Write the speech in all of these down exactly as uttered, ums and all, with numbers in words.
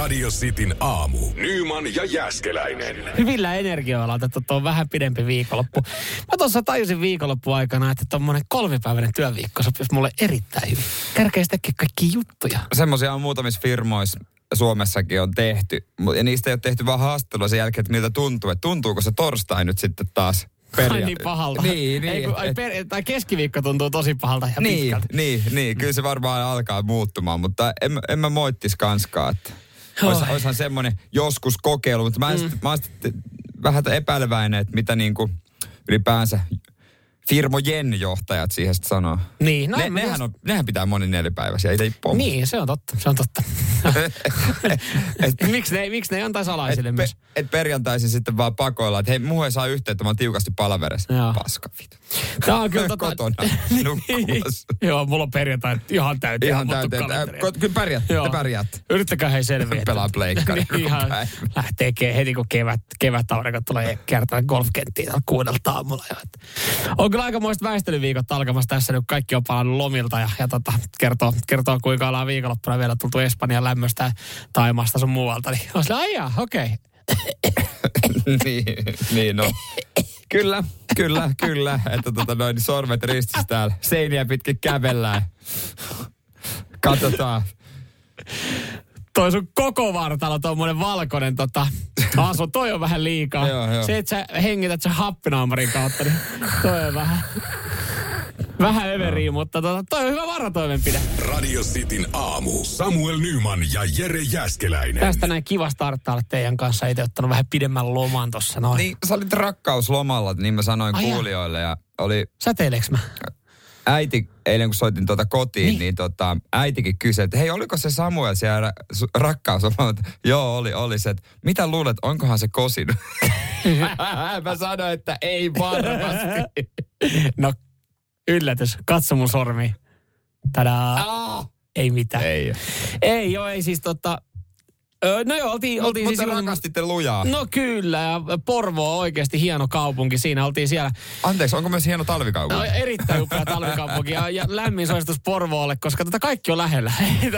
Radio Cityn aamu. Nyman ja Jääskeläinen. Hyvillä energioilla otettu tuon vähän pidempi viikonloppu. Mä tuossa tajusin viikonloppu aikana, että tommonen kolmipäiväinen työviikko sopisi mulle erittäin hyvin. Kärkeisi tekee kaikkia juttuja. Semmoisia on muutamissa firmoissa Suomessakin on tehty. Ja niistä ei ole tehty vaan haastattelua sen jälkeen, että miltä tuntuu. Että tuntuuko se torstai nyt sitten taas? Perja- Ai niin pahalta. Niin, niin. Ei, kun, ai per, tai keskiviikko tuntuu tosi pahalta ja niin, pitkältä. niin, niin, kyllä se varmaan alkaa muuttumaan, mutta en, en mä moittis kanskaan, että ois, oishan semmoinen joskus kokeilu, mutta mä, mm. sit, mä oon sitten vähän epäileväinen, että mitä niinku ylipäänsä firmojen johtajat siihen sitten sanoo. Niin, no ne, nehän, on, nehän pitää moni nelipäiväisiä, ei pommi. Niin, se on totta, se on totta. et, miksi, ne, miksi ne ei antaisi alaisille et, myös? Pe, et perjantaisin sitten vaan pakoillaan, että hei, muuhun ei saa yhteyttä, mä oon tiukasti palaverissa. Paska vitu. Tämä on kyllä tota... Kotona nukkumassa. Joo, mulla on perjantai ihan täyteen. Ihan täyteen. Kyllä pärjät, te pärjät. Yrittäkää hei selviä. Pelaa pleikkari niin, ihan lähtee heti kun kevät, kevät aurinko tulee kertaa golfkenttiin kuudelta aamulla. On kyllä aikamoista väistelyviikot alkamassa tässä nyt. Kaikki on palannut lomilta ja, ja tota, kertoo, kertoo kuinka ollaan viikonloppuna vielä tultu Espanjan lämmöstä ja Taimaasta sun muualta. Niin on sillä, aijaa, okei. Okay. niin, niin no. Kyllä, kyllä, kyllä. Että tota noin sormet ristissä täällä. Seiniä pitkin kävellään. Katsotaan. Toi sun koko vartalo, tommonen valkoinen tota, asu, toi on vähän liikaa. Joo, joo. Se, että sä hengität sen happinaamarin kautta, niin toi on vähän, vähän överiä, mutta tota, toi on hyvä varatoimenpide. Radio Cityn aamu. Samuel Nyman ja Jere Jääskeläinen. Tästä näin kiva starttailla teidän kanssa. Itse ottanut vähän pidemmän loman tossa noin. Niin, sä olit rakkauslomalla, niin mä sanoin Ai kuulijoille. Ja oli... Säteileekö mä? Äiti, eilen kun soitin tuota kotiin, niin, niin tota, äitikin kysyi, että hei, oliko se Samuel siellä ra- rakkauslomalla? Joo, oli, oli se, että mitä luulet, onkohan se kosinut? Mä sanoin, että ei varmasti. No, yllätys. Katso mun sormi. Tadaa. Ah! Ei mitään. Ei. Ei joo, ei siis tota... Öö, no joo, oltiin... Mut, oltiin mutta siis rakastitte lujaa. No kyllä, ja Porvoo on oikeasti hieno kaupunki. Siinä oltiin siellä... Anteeksi, onko myös hieno talvikaupunki? No, erittäin upea talvikaupunki ja, ja lämmin suositus Porvoolle, koska tota kaikki on lähellä.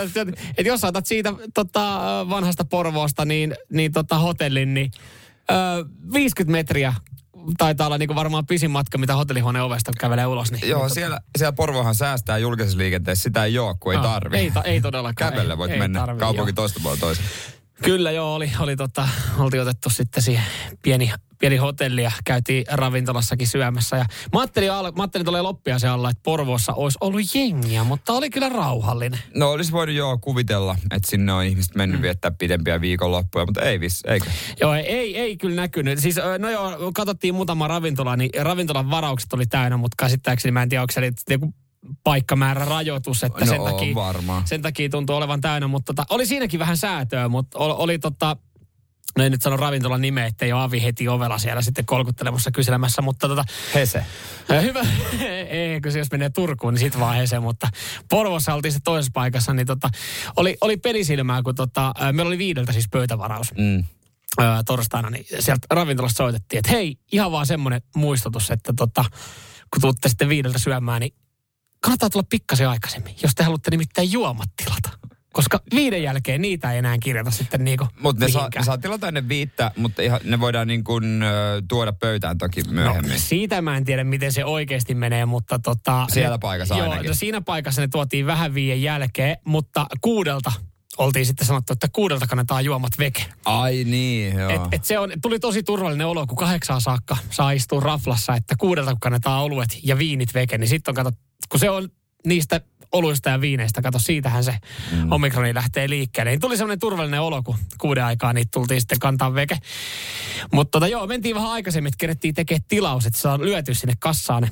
Et jos saatat siitä tota, vanhasta Porvoosta niin, niin tota hotellin, niin öö, viisikymmentä metriä taitaa olla niinku varmaan pisin matka, mitä hotellihuoneen ovesta kävelee ulos. Niin, Joo, niin, siellä, tota... siellä Porvohan säästää julkisessa liikenteessä. Sitä ei ole, kun ei tarvi. Ei, ta, ei todellakaan. Kävelle voit ei, mennä ei tarvi, kaupunki joo. toista puolella toiseen. Kyllä joo, oli, oli tota, oltiin otettu sitten siihen pieni, pieni hotelli ja käytiin ravintolassakin syömässä. Ja mä ajattelin, mä ajattelin tulee loppiaisen alla, että Porvoossa olisi ollut jengiä, mutta oli kyllä rauhallinen. No olisi voinut joo kuvitella, että sinne on ihmiset mennyt mm. viettää pidempiä viikonloppuja, mutta ei vissi, eikö? Joo, ei, ei kyllä näkynyt. Siis no joo, katsottiin muutama ravintola, niin ravintolan varaukset oli täynnä, mutta käsittääkseni mä en tiedä, onko se joku paikkamäärä rajoitus, että no, sen, takia, sen takia tuntuu olevan täynnä, mutta tota, oli siinäkin vähän säätöä, mutta oli, oli tota, no en nyt sano ravintolan nimeä, ettei ole Avi heti ovella siellä sitten kolkuttelemassa kyselemässä, mutta tota... Hese. Hyvä, ei, kun se jos menee Turkuun, niin sit vaan Hese, mutta Porvoossa oltiin se toisessa paikassa, niin tota, oli, oli pelisilmää, kun tota, meillä oli viideltä siis pöytävaraus. Mm. Öö, torstaina, niin sieltä ravintolasta soitettiin, että hei, ihan vaan semmoinen muistutus, että tota, kun tuutte sitten viideltä syömään, niin kannattaa tulla pikkasen aikaisemmin, jos te haluatte nimittäin juomat tilata. Koska viiden jälkeen niitä ei enää kirjata sitten niinku Mutta ne, saa, ne saa tilata ennen viittä, mutta ihan, ne voidaan niin kuin ö, tuoda pöytään toki myöhemmin. No, siitä mä en tiedä, miten se oikeasti menee, mutta tota... Siellä ne, paikassa joo, ainakin. No siinä paikassa ne tuotiin vähän viiden jälkeen, mutta kuudelta oltiin sitten sanottu, että kuudelta kannetaan juomat veke. Ai niin, joo. Et, et se on, tuli tosi turvallinen olo, kun kahdeksaan saakka saa istua raflassa, että kuudelta kun kannetaan oluet ja viinit veke, niin sitten on kato, kun se on niistä oluista ja viineistä, kato, siitähän se mm. omikroni lähtee liikkeelle. Niin tuli semmoinen turvallinen olo, kun kuuden aikaa niitä tultiin sitten kantaa veke. Mutta tota, joo, mentiin vähän aikaisemmin, että kerettiin tekemään tilaus, että saa lyötyä sinne kassaan.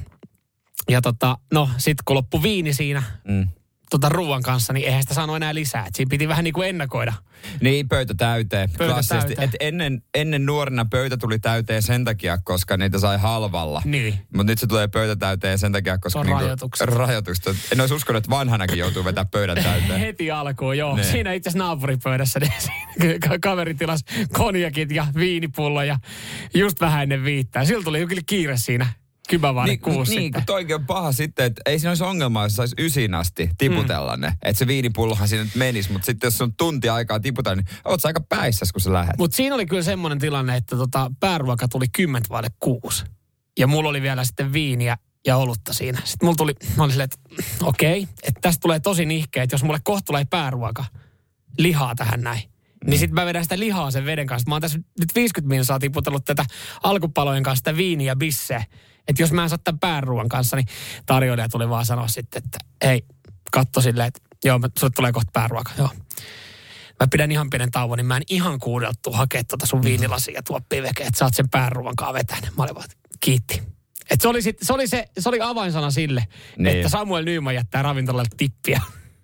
Ja tota, no, sit kun loppui viini siinä mm. tota, ruuan kanssa, niin eihän sitä saanut enää lisää. Et siinä piti vähän niin kuin ennakoida. Niin, pöytä täyteen. Pöytä klassisesti. täyteen. Et ennen, ennen nuorena pöytä tuli täyteen sen takia, koska niitä sai halvalla. Niin. Mutta nyt se tulee pöytä täyteen sen takia, koska... On niinku, rajoitukset. Rajoitukset. En olisi uskonut, että vanhanakin joutuu vetämään pöydän täyteen. Heti alkuun, joo. Ne. Siinä itse asiassa naapuripöydässä niin siinä kaveri tilasi konjakit ja viinipullo ja just vähän ennen viittää. Sillä tuli kyllä kiire siinä. Kypävaari niin, kuusi niin, sitten. kun toikin on paha sitten, että ei siinä olisi ongelmaa, jos saisi ysin asti tiputella mm. ne. Että se viinipullohan siinä nyt menisi, mutta sitten jos on tunti aikaa tiputella, niin oot sä aika päissäs, kun sä lähdet. Mutta siinä oli kyllä semmoinen tilanne, että tota, pääruoka tuli kymmentä vaille kuusi. Ja mulla oli vielä sitten viiniä ja olutta siinä. Sitten mulla tuli, mä olin silleen, että okei, okay, että tästä tulee tosi nihkeä, että jos mulle kohta tulee pääruoka, lihaa tähän näin. Mm. Niin sitten mä vedän sitä lihaa sen veden kanssa. Mä oon tässä nyt viisikymmentä minsaa tiputellut tätä alkupalojen kanssa sitä viiniä bisseä. Että jos mä en saa tämän pääruoan kanssa, niin tarjoilija tuli vaan sanoa sitten, että hei, katso silleen, että joo, sulle tulee kohta pääruoka, joo. Mä pidän ihan pienen tauon, niin mä en ihan kuudeltu hakea tuota sun viinilasia ja tuo piveke, että saat sen pääruoan kanssa vetää. Mä olin vaan, kiitti. Et se, oli sit, se, oli se, se oli avainsana sille, niin. Että Samuel Nyman jättää ravintolalle tippiä.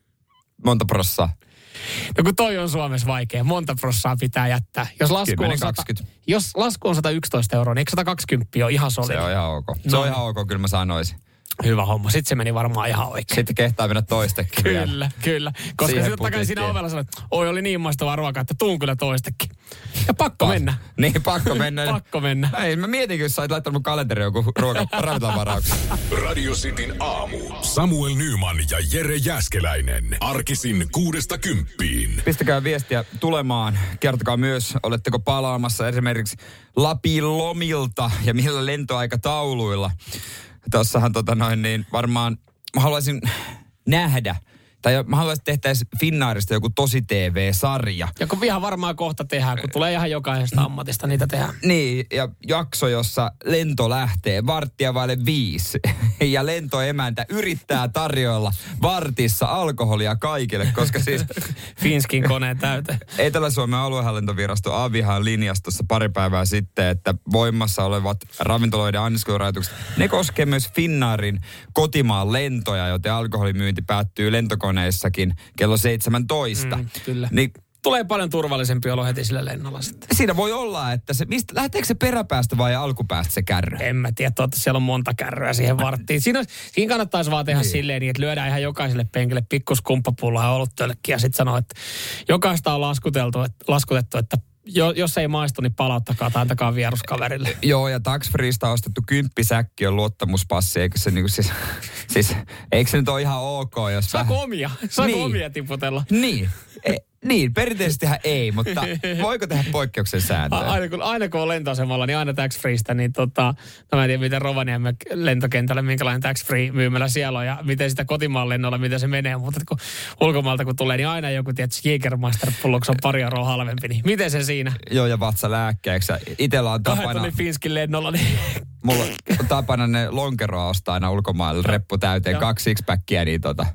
Monta prossaa? No kun toi on Suomessa vaikea. Monta prossaa pitää jättää. Jos lasku, on sata, jos lasku on sata yksitoista euroa, niin eikö sata kaksikymmentä ole ihan solidi? Se on ihan ok. Se no. on ihan ok, kyllä mä sanoisin. Hyvä homma. Sitten se meni varmaan ihan oikein. Sitten kehtaa mennä toistekin. Kyllä, kyllä. Koska sitten takaisin siinä ovella sanoi, että oi oli niin maistavaa ruokaa, että tuun kyllä toistekin. Ja pakko pa- mennä. Niin, pakko mennä. pakko mennä. Ei, mä mietin, jos sä oot laittanut mun kalenteriin joku ruoka-ravintolavarauksen. Radio Cityn aamu. Samuel Nyman ja Jere Jääskeläinen. Arkisin kuudesta kymppiin. Pistäkää viestiä tulemaan. Kertokaa myös, oletteko palaamassa esimerkiksi Lapin lomilta ja millä lentoaikatauluilla. Tossahan tota noin niin varmaan mä haluaisin nähdä, tai mä haluaisin tehtäisiin Finnairista joku tosi T V-sarja. Ja kun ihan varmaan kohta tehdään, kun tulee ihan jokaisesta ammatista niitä tehdään. Niin, ja jakso, jossa lento lähtee varttia vaille viisi. Ja lentoemäntä yrittää tarjoilla vartissa alkoholia kaikille, koska siis... Finskin koneen täyteen. Etelä-Suomen aluehallintovirasto Avihan linjasi tuossa pari päivää sitten, että voimassa olevat ravintoloiden anniskelurajoitukset, ne koskee myös Finnairin kotimaan lentoja, joten alkoholimyynti päättyy lentokoneissakin kello seitsemäntoista. Mm, kyllä. Niin, tulee paljon turvallisempi olo heti sillä lennolla sitten. siinä voi olla, että se, mistä, lähteekö se peräpäästä vai alkupäästä se kärry? En mä tiedä, että siellä on monta kärryä siihen varttiin. Siinä, siinä kannattaisi vaan tehdä niin. silleen niin, että lyödään ihan jokaiselle penkille pikkuskumppapulloa ja oluttölkkiä ja sitten sanoo, että jokaista on laskuteltu, että, laskutettu, että jo, jos ei maistu, niin palauttakaa tai antakaa vieruskaverille. Joo, ja Tax Freesta ostettu kymppisäkki on luottamuspassi, eikö se niinku siis, siis eikö se nyt ole ihan ok, jos Saako vähän... omia? Saako niin. omia tiputella? Niin. E, niin, perinteisestihän ei, mutta voiko tehdä poikkeuksen sääntöjä? Aina kun, aina kun on lentoasemalla, niin aina Tax Freesta, niin tota, no mä en tiedä miten Rovaniemen lentokentällä, minkälainen Tax Free myymälä siellä on ja miten sitä kotimaan lennolla, miten se menee, mutta kun ulkomaalta kun tulee, niin aina joku, tietysti Jägermeister-pulloksi on pari euroa halvempi, niin miten se siinä? Joo, ja vatsa lääkkeeksi. Itellä on tapana... Kahden tonnin Finskin lennolla, niin... Mulla on tapana ne lonkeroa ostaa aina ulkomaille, reppu täyteen, kaksi six-packia, niin tota...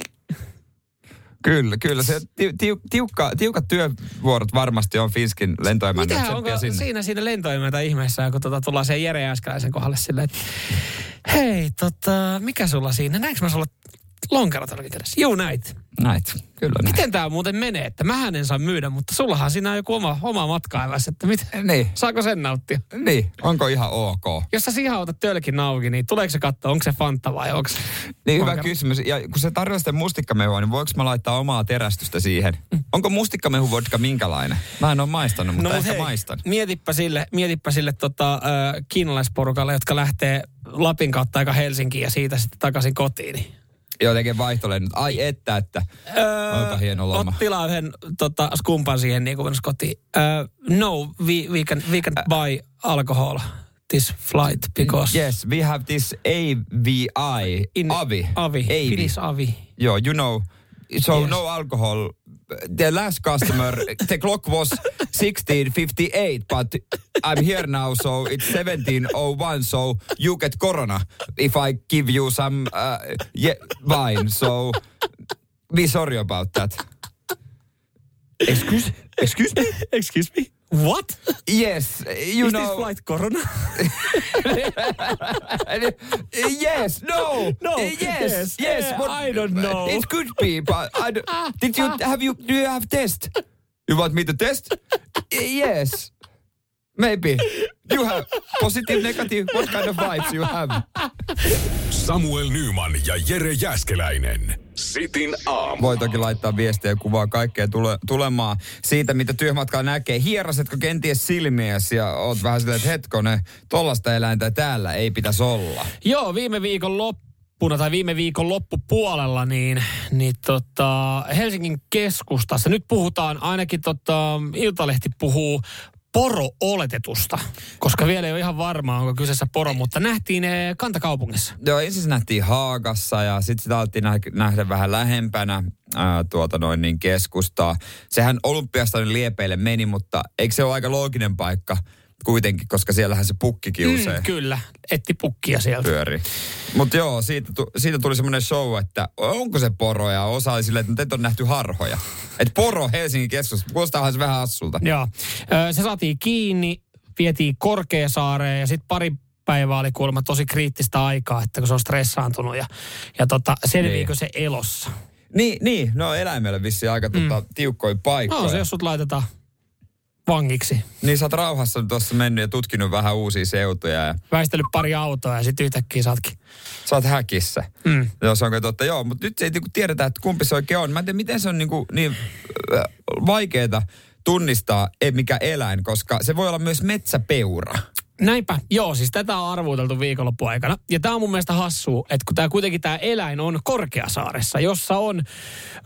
Kyllä, kyllä. Se tiu, tiukka, tiukat työvuorot varmasti on Finskin lentoemäntä. Mitähän onko siinä, siinä lentoemäntä ihmeessä, kun tota, tullaan sen Jere Jääskeläisen kohdalle silleen, että hei, tota, mikä sulla siinä? Näinkö mä sulla lonkerot jollakin kädessä? Juu, näit. Näit, kyllä näin. Miten tää muuten menee? Että mähän en saa myydä, mutta sullahan siinä on joku oma, oma matka elässä, että mit, niin. Saako sen nauttia? Niin, onko ihan ok? Jos sä siihen otat tölkin auki, niin tuleeko se katsoa, onko se Fanta vai onko se... Niin, hyvä kysymys. Ja kun se tarjoaa sitä mustikkamehua, niin voiko mä laittaa omaa terästystä siihen? Mm. Onko mustikkamehu vodka minkälainen? Mä en ole maistanut, mutta no, ehkä hei, maistan. Mietipä sille, mietipä sille tota, äh, kiinalaisporukalle, jotka lähtee Lapin kautta aika Helsinkiin ja siitä sitten takaisin kotiin. Niin. Jotenkin vaihtolehdot. Ai että, että. Öö, onpa hieno loma. Ot tilaa yhden tota, skumpan siihen niin kuin mennessä kotiin. Uh, no, we, we, can, we can buy alcohol this flight because... Yes, we have this A V I. In, Avi. Avi. Finnish Avi. Joo, you know. So yes. No alcohol. The last customer, the clock was sixteen fifty-eight, but I'm here now, so it's seventeen oh one, so you get corona if I give you some uh, yeah, wine. So be sorry about that. Excuse, excuse me? Excuse me? What? Yes, you Is know... Is this flight corona? Yes, no. No. Yes, yes. yes. What, I don't know. It could be, but I don't, did you have you do you have test? You want me to test? Yes. Maybe. You have positive, negative. What kind of vibes you have? Samuel Nyman ja Jere Jääskeläinen. Sitin aamu. Voi toki laittaa viestiä ja kuvaa kaikkea tule, tulemaan siitä, mitä työmatkalla näkee. Hierasetko kenties silmiäsi ja oot vähän silleen, että hetkonen, tollaista eläintä täällä ei pitäisi olla. Joo, viime viikon loppuna tai viime viikon loppupuolella niin, niin tota, Helsingin keskustassa. Nyt puhutaan, ainakin tota, Iltalehti puhuu poro-oletetusta, koska vielä ei ole ihan varmaa, onko kyseessä poro, mutta nähtiin kantakaupungissa. Joo, ensin nähtiin Haagassa ja sitten sitä alettiin nähdä vähän lähempänä ää, tuota noin niin keskustaa. Sehän Olympiastadionin liepeille meni, mutta eikö se ole aika looginen paikka kuitenkin, koska siellähän se pukki kiusee. Mm, kyllä, etti pukkia sieltä. Pyörii. Mutta joo, siitä, siitä tuli semmoinen show, että onko se poro ja osa oli silleen, että teitä on nähty harhoja. Että poro Helsingin keskustassa, kuulostaahan se vähän hassulta. Joo, se saatiin kiinni, vietiin Korkeasaareen ja sitten pari päivää oli kuulemma tosi kriittistä aikaa, että kun se on stressaantunut ja, ja tota, selviikö niin. se elossa. Niin, niin, no eläimelle vissiin aika mm. tota, tiukkoja paikkoja. No se, jos sut laitetaan vangiksi. Niin sä oot rauhassa tuossa mennyt ja tutkinut vähän uusia seutuja. Ja väistellyt pari autoa ja sitten yhtäkkiä saatkin. Sä oot häkissä. Mm. Joo, se onko totta. Joo, mutta nyt se ei niinku tiedetä, että kumpi se oikein on. Mä en tiedä, miten se on niinku niin äh, vaikeeta tunnistaa, mikä eläin, koska se voi olla myös metsäpeura. Näinpä. Joo, siis tätä on arvuuteltu viikonlopun aikana. Ja tämä on mun mielestä hassua, että kun tämä kuitenkin tämä eläin on Korkeasaaressa, jossa on ö,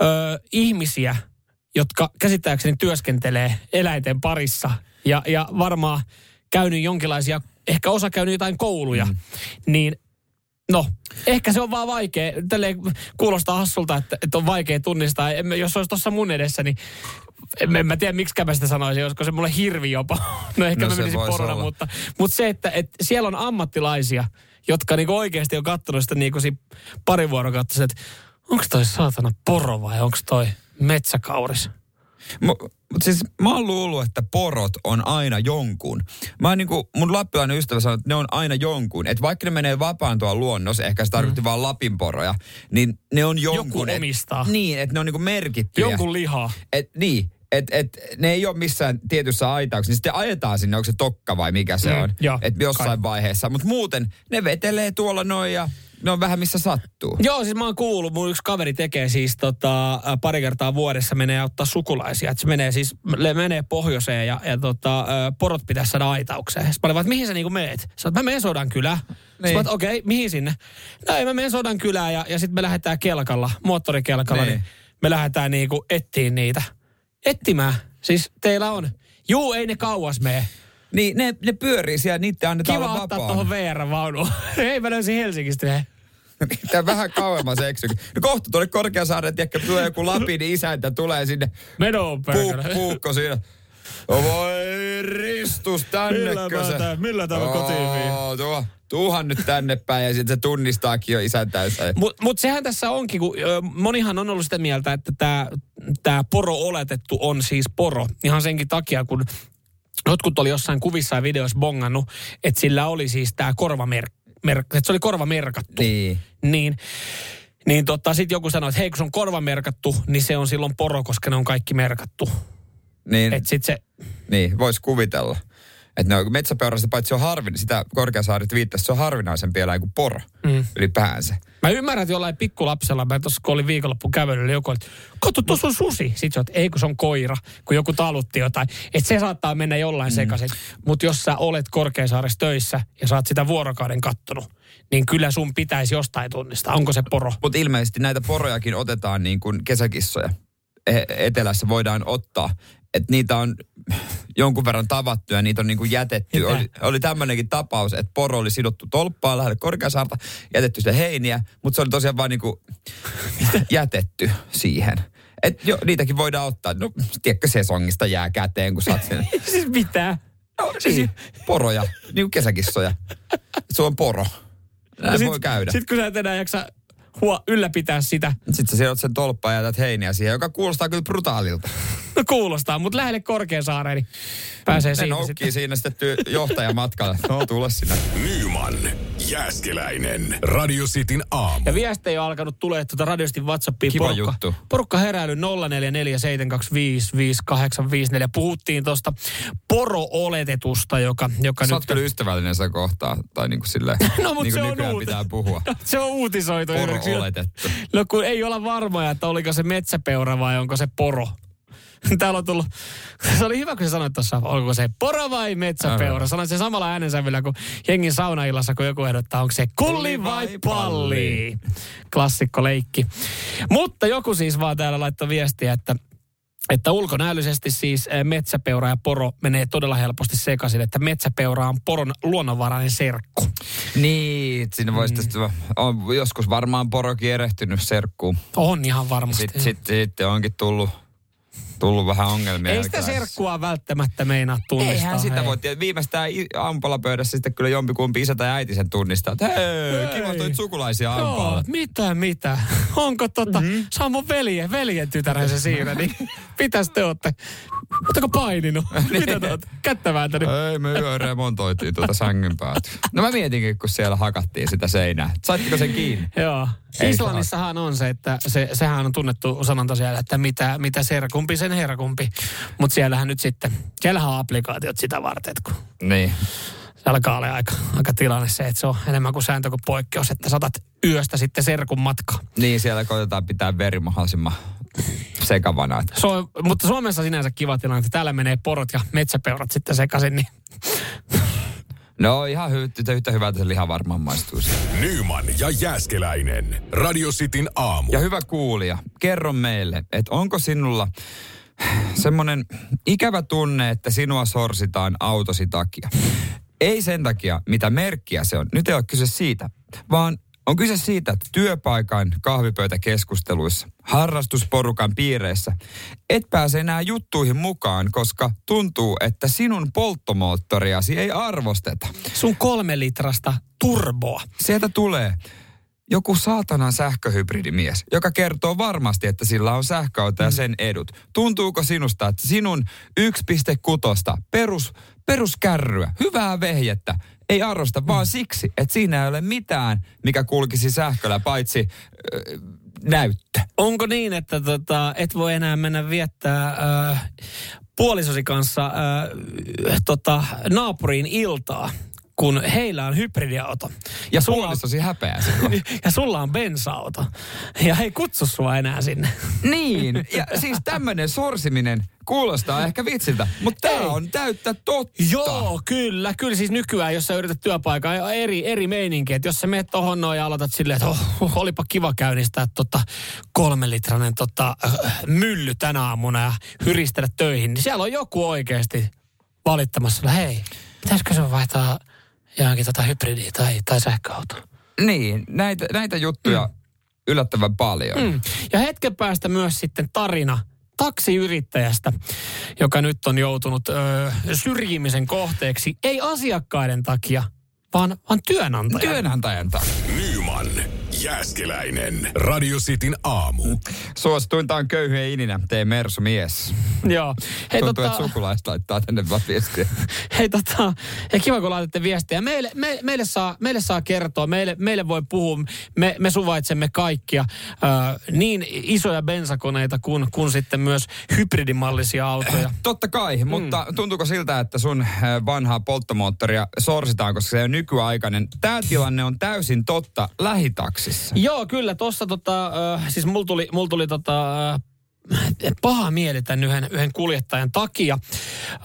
ihmisiä, jotka käsittääkseni työskentelee eläinten parissa ja, ja varmaan käynyt jonkinlaisia, ehkä osa käynyt jotain kouluja, mm. niin no, ehkä se on vaan vaikea. Tälleen kuulostaa hassulta, että, että on vaikea tunnistaa. En, jos se olisi tuossa mun edessä, niin en, en mä tiedä, miksi mä sitä sanoisin, olisiko se mulle hirvi jopa. No ehkä no, mä menisin porona, mutta, mutta se, että, että siellä on ammattilaisia, jotka niinku oikeasti on kattonut sitä niinku pari vuorokautta, että onko toi saatana poro vai onko toi metsäkauris? Mutta siis mä oon luullut, että porot on aina jonkun. Mä oon niinku, mun lappilainen ystävä sanoi, että ne on aina jonkun. Että vaikka ne menee vapaan tuolla luonnossa, ehkä se tarkoitti mm. vaan Lapin poroja, niin ne on jonkun. Joku omistaa. Et, niin, että ne on niinku merkittyjä. Jonkun lihaa. Et, niin, että et, ne ei ole missään tietyssä aitauksessa. Niin sitten ajetaan sinne, onko se tokka vai mikä se mm, on. Että jossain kai. vaiheessa. Mutta muuten ne vetelee tuolla noin ja ne on vähän missä sattuu. Joo, siis mä oon kuullut, mun yksi kaveri tekee siis tota, pari kertaa vuodessa menee auttaa sukulaisia. Että se menee siis, menee pohjoiseen ja, ja tota, porot pitäisi saada aitaukseen. Sitten mä olin vaan, että mihin sä niinku meet? Sä oot, mä menen Sodankylään. Niin. Sitten mä oot, okei, okay, mihin sinne? No ei, mä menen Sodankylään ja, ja sitten me lähdetään kelkalla, moottorikelkalla, niin, niin me lähdetään niinku etsiin niitä. Etsimään. Siis teillä on. Juu, ei ne kauas mene. Niin, ne, ne pyörii siellä, niitä annetaan kiva olla vapaana. Kiva ottaa tuohon V R-vaunuun. Ei, mä löysin Helsingistä. Tämä vähän kauemmas eksy. No kohta tuonne Korkeasaareen, tiedätkö, tulee joku Lapin isäntä, tulee sinne. Menoon puuk, puukko siinä. Oh, voi ristus, tännekö se? Millä, millä tämä oh, kotiin viin? Tuo, tuuhan nyt tänne päin ja sitten se tunnistaakin jo isäntänsä. Mutta mut sehän tässä onkin, kun monihan on ollut sitä mieltä, että tämä tää poro oletettu on siis poro. Ihan senkin takia, kun jotkut oli jossain kuvissa ja videoissa bongannut, että sillä oli siis tämä korvamerkki. Mer- että se oli korvamerkattu. Niin. Niin, niin tota, sitten joku sanoi, että hei, kun se on korvamerkattu, niin se on silloin poro, koska ne on kaikki merkattu. Niin. Että sit se... Niin, voisi kuvitella. Että ne on metsäpeurasta, paitsi se on harvinainen, sitä Korkeasaaret viittasi, se on harvinaisempi eläin kuin poro mm. ylipäänsä. Mä ymmärrän, että jollain pikkulapsella, mä tuossa kun olin viikonloppuun kävelyllä, joku oli, katso, tuossa on susi. Sitten se on, että ei kun se on koira, kun joku talutti jotain. Että se saattaa mennä jollain mm. sekaisin. Mutta jos sä olet Korkeasaaressa töissä ja sä oot sitä vuorokauden kattonut, niin kyllä sun pitäisi jostain tunnistaa. Onko se poro? Mutta ilmeisesti näitä porojakin otetaan niin kuin kesäkissoja. Etelässä voidaan ottaa. Että niitä on jonkun verran tavattu ja niitä on niin kuin jätetty. Oli, oli tämmöinenkin tapaus, että poro oli sidottu tolppaan lähelle Korkeasaarta, jätetty sitä heiniä, mutta se oli tosiaan vaan niin kuin jätetty siihen. Että jo, niitäkin voidaan ottaa. No, tiedätkö, sesongista jää käteen, kun saat sen. Siis mitä? No, niin, poroja, niin kuin kesäkissoja. Se on poro. Näin sit, voi käydä. Sitten kun sä et enää jaksa huo, ylläpitää sitä. Sitten sä sieltä sen tolppaan ja jätät heiniä siihen, joka kuulostaa kyllä brutaalilta. No kuulostaa, mutta lähelle Korkeasaareen, niin pääsee ne siitä noukkii sitten. siinä sitten johtajamatkalla. No, tule sinne. Nyman, Jääskeläinen. Radio Cityn aamu. Ja viestejä on alkanut tulee tuota Radio Cityn WhatsAppiin. Kiva porukka, juttu. Porukka heräily nolla neljä neljä seitsemän kaksi viisi viisi kahdeksan viisi neljä. Puhuttiin tuosta poro-oletetusta, joka, joka Sä nyt... oot kyllä ystävällinen sitä kohtaa. Tai niin kuin silleen, no, mutta niin se kuin on nykyään uut... pitää puhua. No, se on uutisoitu. Poro-oletettu. No kun ei olla varmoja, että oliko se metsäpeura vai onko se poro. Täällä on tullut, se oli hyvä, kun sä sanoit tuossa, onko se poro vai metsäpeura. Sanoit se samalla äänensävyllä kuin jengin saunaillassa, kun joku ehdottaa, onko se kulli vai palli. Klassikko leikki. Mutta joku siis vaan täällä laittoi viestiä, että että ulkonäöllisesti siis metsäpeura ja poro menee todella helposti sekaisin, että metsäpeura on poron luonnonvarainen serkku. Niin, siinä voisi mm. tästä, on joskus varmaan porokin erehtynyt serkkuun. On ihan varmasti. Sitten sit, sit onkin tullut, tullut vähän ongelmia. Ei sitä serkkua välttämättä meinaa tunnistaa. Eihän sitä hei. voi tiedä. Viimeistään aamupalapöydässä sitten kyllä jompikumpi isä tai äiti sen tunnistaa. Että hei, kiva toit sukulaisia aamupaalla. Joo, mitä, mitä? Onko tota, mm-hmm. se on mun veljen, veljen tytärensä siinä, niin mitäs te ootte? Oletteko paininut? Mitä te ootte? Kättä vääntänyt? Ei, me yö remontoitiin tuota sängyn päätä. No mä mietinkin, kun siellä hakattiin sitä seinää. Saitteko sen kiinni? Joo. Ei Islannissahan on se, että se, sehän on tunnettu sanonta siellä, että mitä, mitä serkumpi, sen herkumpi. Mutta siellähän nyt sitten, siellähän on applikaatiot sitä varten, kun niin. se alkaa olla aika, aika tilanne se, että se on enemmän kuin sääntö kuin poikkeus, että saatat yöstä sitten serkun matkaa. Niin, siellä koitetaan pitää veri mahdollisimman sekavana. So, mutta Suomessa sinänsä kiva tilanne, että täällä menee porot ja metsäpeurat sitten sekaisin, niin... No ihan hy- yhtä hyvältä se liha varmaan maistuisi. Nyman ja Jääskeläinen. Radio Cityn aamu. Ja hyvä kuulija, kerro meille, että onko sinulla semmoinen ikävä tunne, että sinua sorsitaan autosi takia? Ei sen takia, mitä merkkiä se on. Nyt ei ole kyse siitä, vaan on kyse siitä, että työpaikan kahvipöytäkeskusteluissa, harrastusporukan piireissä et pääse enää juttuihin mukaan, koska tuntuu, että sinun polttomoottoriasi ei arvosteta. Sun kolme litrasta turboa. Sieltä tulee joku saatanan sähköhybridimies, joka kertoo varmasti, että sillä on sähköauto ja sen edut. Tuntuuko sinusta, että sinun yksi pilkku kuusi perus, peruskärryä, hyvää vehjettä, ei arvosta vaan siksi, että siinä ei ole mitään, mikä kulkisi sähköllä, paitsi äh, näyttö. Onko niin, että tota, et voi enää mennä viettää äh, puolisosi kanssa äh, tota, naapuriin iltaa, kun heillä on hybridiauto. Ja sulla puolisosi häpeää sinua. Ja sulla on bensa-auto. Ja he ei kutsu sua enää sinne. Niin, ja siis tämmöinen sorsiminen kuulostaa ehkä vitsiltä, mutta tämä on täyttä totta. Joo, kyllä. Kyllä siis nykyään, jos sä yrität työpaikaa, eri, eri meininki. Että jos sä menet tohon noin ja aloitat silleen, että oh, olipa kiva käynnistää tota kolmelitrainen tota, mylly tänä aamuna ja hyristellä töihin, niin siellä on joku oikeasti valittamassa, hei, pitäisikö se vaihtaa johonkin tota hybridiä tai, tai sähköautoa? Niin, näitä, näitä juttuja mm. yllättävän paljon. Mm. Ja hetken päästä myös sitten tarina taksiyrittäjästä, joka nyt on joutunut ö, syrjimisen kohteeksi, ei asiakkaiden takia, vaan, vaan työnantajan. Työnantajan takia. Nyman, Jääskeläinen. Radio Cityn aamu. Suosituinta on köyhy ja ininä, tee Mersu mies. Joo. Hei, tuntuu, tota, että sukulaiset laittaa tänne vaan viestiä. Hei tota, hei, kiva kun laitatte viestiä. Meille, me, meille, saa, meille saa kertoa, meille, meille voi puhua, me, me suvaitsemme kaikkia, äh, niin isoja bensakoneita kuin, kuin sitten myös hybridimallisia autoja. Totta kai, mm. mutta tuntuuko siltä, että sun vanhaa polttomoottoria sorsitaan, koska se on nykyaikainen. Tämä tilanne on täysin totta lähitaksissa. Joo, kyllä. Tuossa tota, äh, siis mulla tuli, mul tuli tota, äh, paha mieli tämän yhden, yhden kuljettajan takia, äh,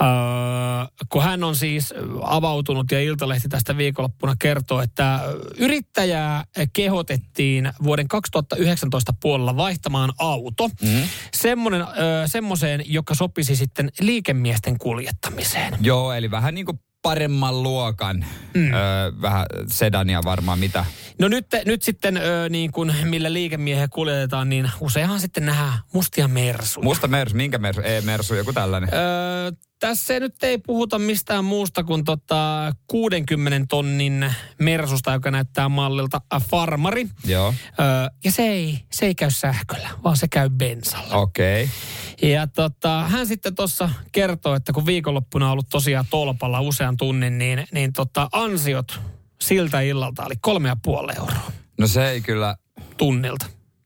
kun hän on siis avautunut ja Iltalehti tästä viikonloppuna kertoo, että yrittäjää kehotettiin vuoden kaksituhattayhdeksäntoista puolella vaihtamaan auto. Mm-hmm. Semmoinen, äh, semmoiseen, joka sopisi sitten liikemiesten kuljettamiseen. Joo, eli vähän niin kuin paremman luokan, mm. öö, vähän sedania varmaan mitä. No nyt, nyt sitten öö, niin kuin millä liikemiehiä kuljetetaan, niin useinhan sitten nähdään mustia mersuja. Musta mersu, minkä mersu? E-mersu, joku tällainen. Öö, tässä nyt ei puhuta mistään muusta kuin tota kuudenkymmenen tonnin mersusta, joka näyttää mallilta farmari. Joo. Öö, ja se ei, se ei käy sähköllä, vaan se käy bensalla. Okei. Okay. Ja tota, hän sitten tuossa kertoo, että kun viikonloppuna on ollut tosiaan tolpalla usean tunnin, niin, niin tota, ansiot siltä illalta oli kolme ja puoli euroa. No se ei kyllä... Tunnilta.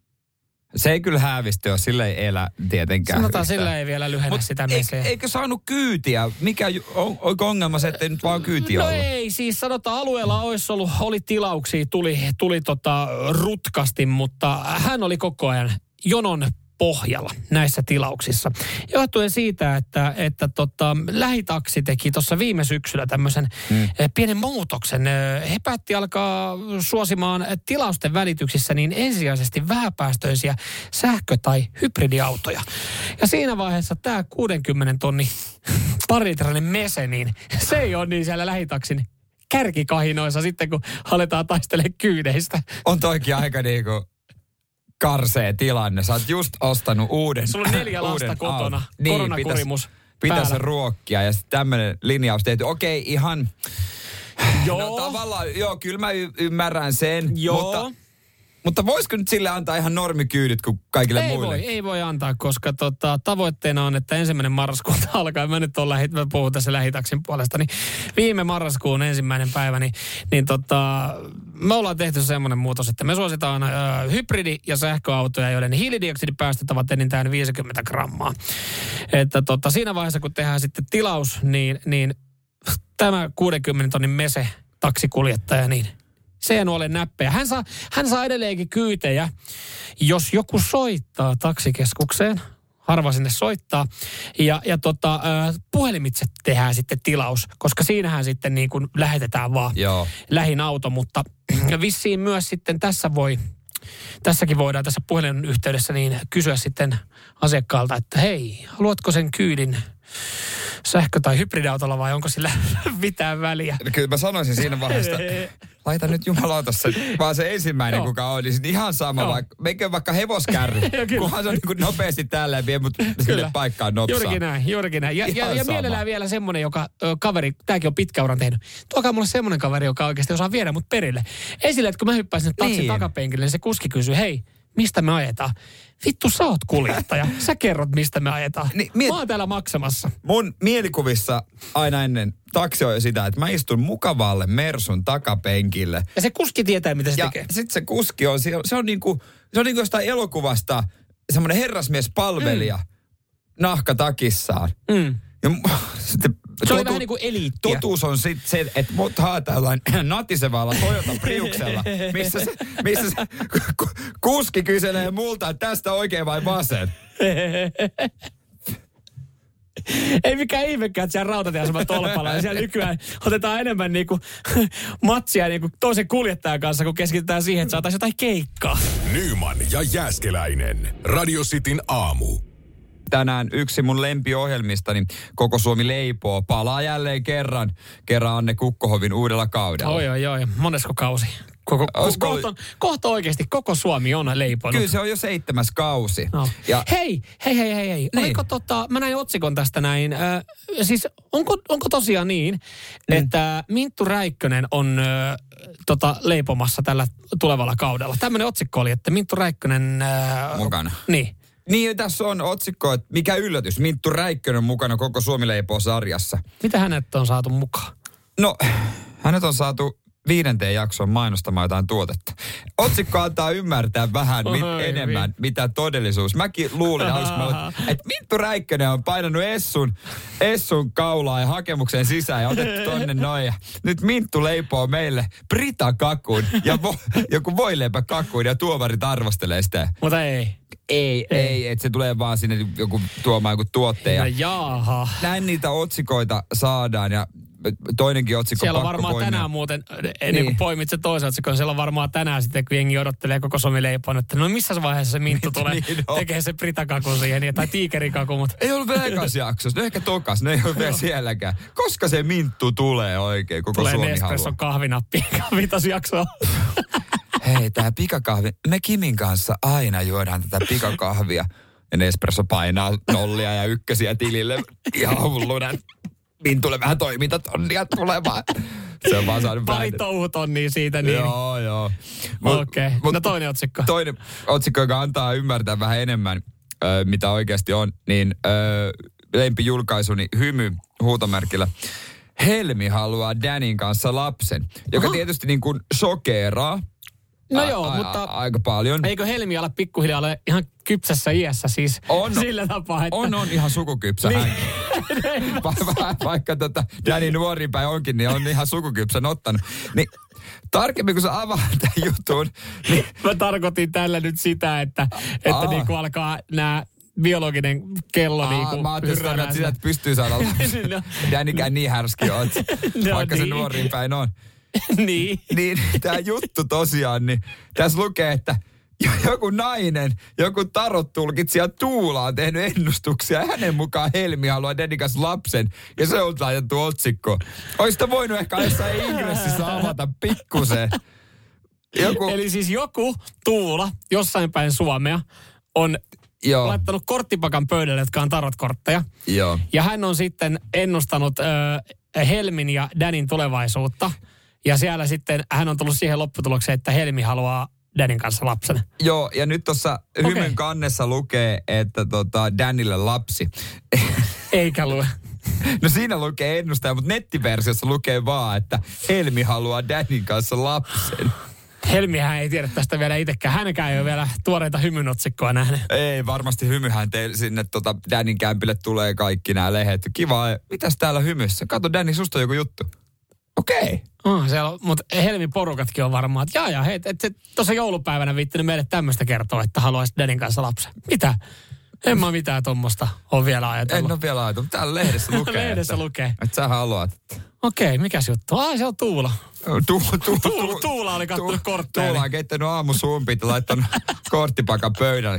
Se ei kyllä häävisty, jos sillä ei elä tietenkään. Sanotaan, yhtään. sillä ei vielä lyhennä Mut sitä ei, meseä. Eikö saanut kyytiä? Mikä, on, onko ongelma se, ettei nyt vaan kyytiä No ollut? ei, siis sanotaan alueella olisi ollut, oli tilauksia, tuli, tuli tota rutkasti, mutta hän oli koko ajan jonon pohjalla näissä tilauksissa. Johtuen siitä, että, että tota, lähitaksi teki tuossa viime syksyllä tämmöisen mm. pienen muutoksen. He päätti alkaa suosimaan tilausten välityksissä niin ensisijaisesti vähäpäästöisiä sähkö- tai hybridiautoja. Ja siinä vaiheessa tämä kuudenkymmenen tonnin parilitrainen mese, niin se ei ole niin siellä lähitaksin kärkikahinoissa sitten, kun aletaan taistelemaan kyydeistä. On toikin aika niinku... karsee tilanne. Sä oot just ostanut uuden... Sulla on neljä lasta kotona. Niin, koronakurimus Pitäisi päällä. ruokkia ja sitten tämmöinen linjaus tehty. Okei, ihan... Joo. No tavallaan, joo, kyllä mä y- ymmärrän sen. Joo. Mutta, mutta voisiko nyt sille antaa ihan normikyydit kuin kaikille ei muille? Voi, ei voi antaa, koska tota, tavoitteena on, että ensimmäinen marraskuuta alkaa. Mä nyt on lähi, mä puhun tässä lähitaksin puolesta. Niin viime marraskuun ensimmäinen päivä, niin, niin tota, me ollaan tehty semmoinen muutos, että me suositaan ö, hybridi- ja sähköautoja, joiden hiilidioksidipäästöt ovat enintään viisikymmentä grammaa. Että tota, siinä vaiheessa, kun tehdään sitten tilaus, niin, niin tämä kuudenkymmenen tonnin mese taksikuljettaja, niin se ei ole näppejä. Hän saa, hän saa edelleenkin kyytejä, jos joku soittaa taksikeskukseen. Harva sinne soittaa. Ja, ja tota, äh, puhelimitse tehdään sitten tilaus, koska siinähän sitten niin kuin lähetetään vaan Joo. lähin auto. Mutta vissiin myös sitten tässä voi, tässäkin voidaan tässä puhelin yhteydessä niin kysyä sitten asiakkaalta, että hei, haluatko sen kyydin sähkö- tai hybridiautolla vai onko sillä mitään väliä? Kyllä mä sanoisin siinä vaiheessa, laita nyt jumalauta se, vaan se ensimmäinen, Joo. kuka on, niin sit ihan sama, vaikka, meikö vaikka hevoskärry, kunhan se on niin kuin nopeasti täällä ja vie mut sinne paikkaan nopsaa. Juurikin näin, juurikin näin. Ja, ja, ja mielellään vielä semmoinen, joka ö, kaveri, tämäkin on pitkä uran tehnyt. Tuokaa mulle semmoinen kaveri, joka oikeasti osaa viedä mut perille. Esille, että kun mä hyppäisin sinne taksin Niin. takapenkille, niin se kuski kysyy, hei, mistä me ajetaan? Vittu, sä oot kuljettaja. Sä kerrot, mistä me ajetaan. Niin, miet- mä oon täällä maksamassa. Mun mielikuvissa aina ennen taksi on jo sitä, että mä istun mukavalle Mersun takapenkille. Ja se kuski tietää, mitä se Ja tekee. sit se kuski on, se on, se on niinku, se on niinku jostain elokuvasta semmoinen herrasmiespalvelija mm. nahkatakissaan. Mm. Ja mu- sitten Se oli totu- vähän niin kuin eliittiä. Totuus on sitten se, että mut haetaan natisevalla Toyota Priuksella, missä se, missä se ku- kuski kyselee multa, että tästä oikein vai vasen. Ei mikään ihmekään, että siellä rautatieaseman tolpalla ja siellä nykyään otetaan enemmän niinku matsia niinku toisen kuljettajan kanssa, kun keskitytään siihen, että saataisiin jotain keikkaa. Nyman ja Jääskeläinen. Radio Cityn aamu. Tänään yksi mun lempiohjelmistani, Koko Suomi leipoo, palaa jälleen kerran. Kerran Anne Kukkohovin uudella kaudella. Oi, oi, oi. Monesko kausi? Koko, Olisiko kohta, on, kohta oikeasti koko Suomi on leiponut. Kyllä se on jo seitsemäs kausi. No. Ja Hei, hei, hei, hei, hei. Niin. Oliko tota, mä näin otsikon tästä näin. Äh, siis onko, onko tosiaan niin, mm. että Minttu Räikkönen on äh, tota, leipomassa tällä tulevalla kaudella? Tämmöinen otsikko oli, että Minttu Räikkönen... Äh, mukana. Niin. Niin, tässä on otsikko, että mikä yllätys. Minttu Räikkönen on mukana Koko Suomi leipoo -sarjassa. Mitä hänet on saatu mukaan? No, hänet on saatu viidenteen jaksoon mainostamaan jotain tuotetta. Otsikko antaa ymmärtää vähän mit, Oi, enemmän, vi. mitä todellisuus. Mäkin luulin alussa, että Minttu Räikkönen on painanut Essun, Essun kaulaa ja hakemuksen sisään ja otettu tonne noin. Ja nyt Minttu leipoo meille Brita-kakun ja vo, joku voileipäkakun ja tuomarit arvostelee sitä. Mutta ei. Ei, ei, ei että se tulee vaan sinne joku tuomaan joku tuotteen. No Ja jaaha. näin niitä otsikoita saadaan ja toinenkin otsikko Siellä on pakko varmaan poimia. tänään muuten, ennen Niin. kuin poimit se toisen otsikon, siellä on varmaan tänään sitten, kun jengi odottelee Koko Suomi leipon, että no missä vaiheessa se Minttu tulee Niin on. tekee se Britakakun siihen, tai tiikerikakun, mutta... Ei ollut vielä ekas jaksossa, no ehkä tokas, ne ei ole vielä sielläkään. Koska se Minttu tulee oikein, koko Tulee Suomi Nespresso haluaa. kahvinappi viitosjaksoa. Hei, tää pikakahvi, me Kimin kanssa aina juodaan tätä pikakahvia. Ja Nespresso painaa nollia ja ykkösiä tilille ihan hulluna. Minttulle vähän toimintatonnia tulemaan. Se on vaan saanut Pari vähän... touhutonnia siitä, niin... Joo, joo. Okei, okay. No toinen otsikko. Toinen otsikko, joka antaa ymmärtää vähän enemmän, ö, mitä oikeasti on, niin ö, lempijulkaisuni Hymy huutomerkillä. Helmi haluaa Danin kanssa lapsen, joka Aha. tietysti niin kuin shokeeraa. No a- joo, a- mutta... A- aika paljon. Eikö Helmi ala pikkuhiljaa ole ihan kypsässä iässä siis On, sillä tapaa, että... On, on ihan sukukypsä Niin. hän. Va- va- vaikka tota Danny nuorinpäin onkin, niin on ihan sukukypsän ottanut. Niin tarkemmin kun sä avaat tämän jutun, niin... Mä tarkoitin tällä nyt sitä, että, että Aa. niinku alkaa nämä biologinen kello Aa, niinku mä ajattelin sitä, hyrränää sitä, että pystyy saada lapsen. No. Dannykään niin härski oot, No vaikka se niin. nuorinpäin on. Niin. Niin tämä juttu tosiaan, niin tässä lukee, että joku nainen, joku tarottulkitsija Tuula on tehnyt ennustuksia. Hänen mukaan Helmi haluaa Danin kanssa lapsen. Ja se on laitettu otsikko. Oista voinut ehkä jossain ingressissä avata pikkusen. Joku, Eli siis joku Tuula jossain päin Suomea on joo, laittanut korttipakan pöydälle, jotka on tarotkortteja. joo. Ja hän on sitten ennustanut äh, Helmin ja Danin tulevaisuutta. Ja siellä sitten hän on tullut siihen lopputulokseen, että Helmi haluaa Danin kanssa lapsen. Joo, ja nyt tuossa Okei. Hymen kannessa lukee, että tota, Danille lapsi. Eikä lue. No siinä lukee ennustaja, mutta nettiversiossa lukee vaan, että Helmi haluaa Danin kanssa lapsen. Helmihän ei tiedä tästä vielä itsekään. Hänkään ei ole vielä tuoreita hymyn otsikkoa nähnyt. Ei, varmasti hymyhän teille sinne tota Danin kämpille tulee kaikki nämä lehdet. Kiva, mitäs täällä hymyssä? Kato Danny, susta on joku juttu. Okei. Okay. Oh, siellä on, mutta Helmin porukatkin on varmaan, että jaa, jaa, hei, et se tuossa joulupäivänä viittinyt meille tämmöistä kertoa, että haluaisi Danin kanssa lapsen. Mitä? En mä mitään tuommoista ole vielä ajatellut. En ole vielä ajatellut. Täällä lehdessä lukee. Lehdessä että, lukee. Että sä haluat. Okei, mikäs juttu? Ai, se on Tuula. Tu, tu, tu, Tuula, Tuula oli kattonut kortteja. Tuula on keittänyt aamusumpit ja laittanut korttipakan pöydälle.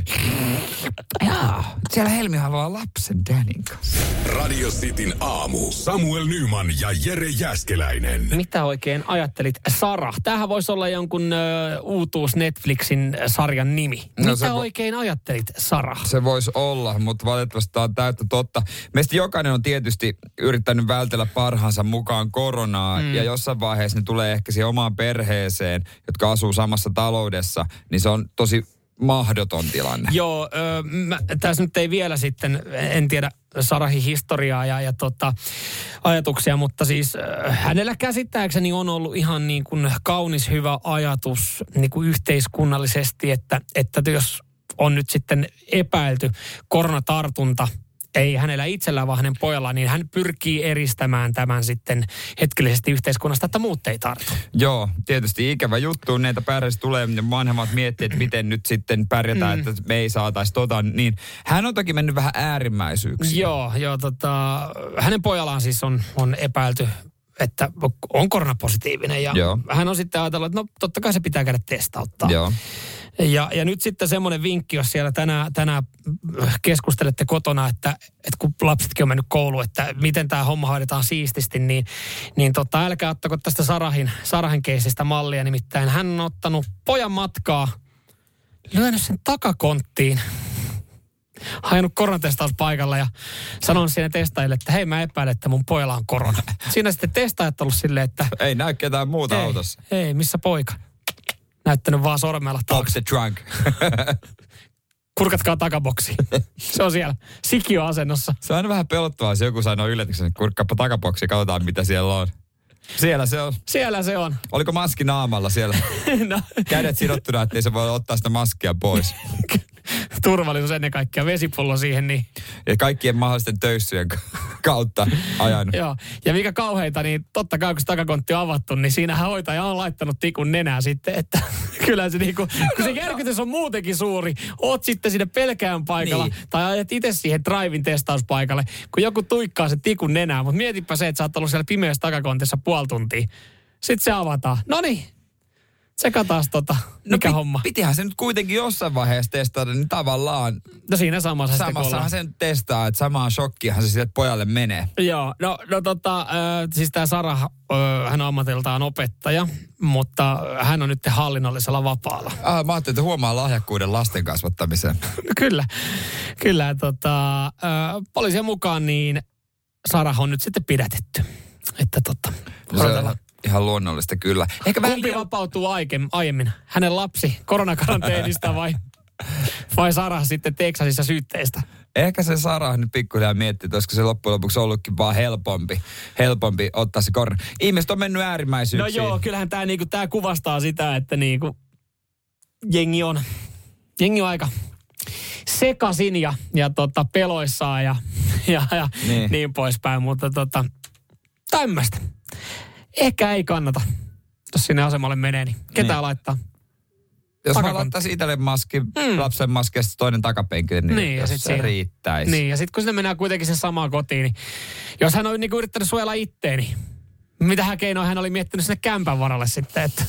Jaa, siellä Helmi haluaa lapsen Danin kanssa. Radio Cityn aamu. Samuel Nyman ja Jere Jääskeläinen. Mitä oikein ajattelit, Sara? Tämähän voisi olla jonkun ö, uutuus Netflixin sarjan nimi. No Mitä se vo- oikein ajattelit, Sara? Se voisi olla, mutta valitettavasti tämä on täyttä totta. Meistä jokainen on tietysti yrittänyt vältellä parhaansa mukaan koronaa, mm. ja jossain vaiheessa ne tulee ehkä siihen omaan perheeseen, jotka asuu samassa taloudessa, niin se on tosi mahdoton tilanne. Joo, ö, mä, tässä nyt ei vielä sitten, en tiedä Sarahin historiaa ja, ja tota, ajatuksia, mutta siis ö, hänellä käsittääkseni on ollut ihan niin kuin kaunis hyvä ajatus niin kuin yhteiskunnallisesti, että, että jos on nyt sitten epäilty koronatartunta, ei hänellä itsellään, vaan hänen pojallaan, niin hän pyrkii eristämään tämän sitten hetkellisesti yhteiskunnasta, että muut ei tartu. Joo, tietysti ikävä juttu, näitä pärjässä tulee, ja vanhemmat miettii, että miten nyt sitten pärjätään, mm. että me ei saataisi tota, niin hän on toki mennyt vähän äärimmäisyyksiin. Joo, joo tota, hänen pojallaan siis on, on epäilty, että on koronapositiivinen, ja Joo. hän on sitten ajatellut, että no totta kai se pitää käydä testauttaa. Joo. Ja, ja nyt sitten semmoinen vinkki, jos siellä tänään, tänään keskustelette kotona, että, että kun lapsetkin on mennyt kouluun, että miten tämä homma hoidetaan siististi, niin, niin tota, älkää ottako tästä Sarahin, Sarahin keisistä mallia. Nimittäin hän on ottanut pojan matkaa, lyönyt sen takakonttiin, hajannut koronatestauspaikalla ja sanonut siinä testaajille, että hei, mä epäilen, että mun pojalla on korona. Siinä sitten testaajat ollut silleen, että Ei näy ketään muuta ei, autossa. ei, missä poika? Näyttänyt vaan sormella Pop taakse. the trunk. Kurkatkaa takaboksiin. Se on siellä sikio-asennossa. Se on aina vähän pelottavaa, jos joku sanoo yllätyksen, että kurkkaappa takaboksi, katsotaan mitä siellä on. Siellä se on. Siellä se on. Oliko maski naamalla siellä? No, Kädet sidottuna, ettei se voi ottaa sitä maskia pois. turvallisuus ennen kaikkea, vesipullo siihen, niin Ja kaikkien mahdollisten töyssyjen kautta ajanut. joo. Ja mikä kauheita, niin totta kai kun se takakontti on avattu, niin siinähän hoitaja on laittanut tikun nenää sitten, että kyllä se niinku, kun se järkytys on muutenkin suuri, oot sitten sinne pelkään paikalla, Niin. tai ajat itse siihen drive-in testauspaikalle, kun joku tuikkaa se tikun nenää, mutta mietipä se, että sä oot ollut siellä pimeässä takakontissa puoli tuntia. Sitten se avataan. No niin, tsekataan tota, mikä no, homma. Pitihän se nyt kuitenkin jossain vaiheessa testata, niin tavallaan No siinä samassa sitten kun ollaan. samassahan sen testaa, että samaan shokkihan se sitten pojalle menee. Joo, no, no tota, äh, siis tämä Sara, äh, hän on ammatiltaan opettaja, mutta hän on nyt hallinnollisella vapaalla. Ah, mä ajattelin, että huomaa lahjakkuuden lasten kasvattamiseen. No kyllä, kyllä tota, äh, poliisien mukaan niin Sara on nyt sitten pidätetty. Että tota, No, se on ihan luonnollista kyllä. Ehkä vähän kumpi liian- vapautuu aiemmin, aiemmin? Hänen lapsi koronakaranteenista vai, vai Sara sitten Teksasissa syytteistä? ehkä se Sara nyt pikkuhiljaa miettii, että olisiko se loppujen lopuksi ollutkin vaan helpompi, helpompi ottaa se korna. Ihmiset on mennyt äärimmäisyyksiin. No joo, kyllähän tämä niinku, tää kuvastaa sitä, että niinku, jengi on, jengi on aika sekasin ja, ja tota, peloissaan ja, ja, ja niin. niin poispäin, mutta tota, tämmöistä. Ehkä ei kannata, jos sinne asemalle menee, niin ketään niin. laittaa. Jos mä laittaisin itselle maskin, mm. lapsen maskin ja toinen takapenkille, niin, niin jos se siinä riittäisi. Niin, ja sitten kun sinne mennään kuitenkin sen samaan kotiin, niin jos hän on niinku yrittänyt suojella itteen, niin mitähän keinoja hän oli miettinyt sinne kämpän varalle sitten, että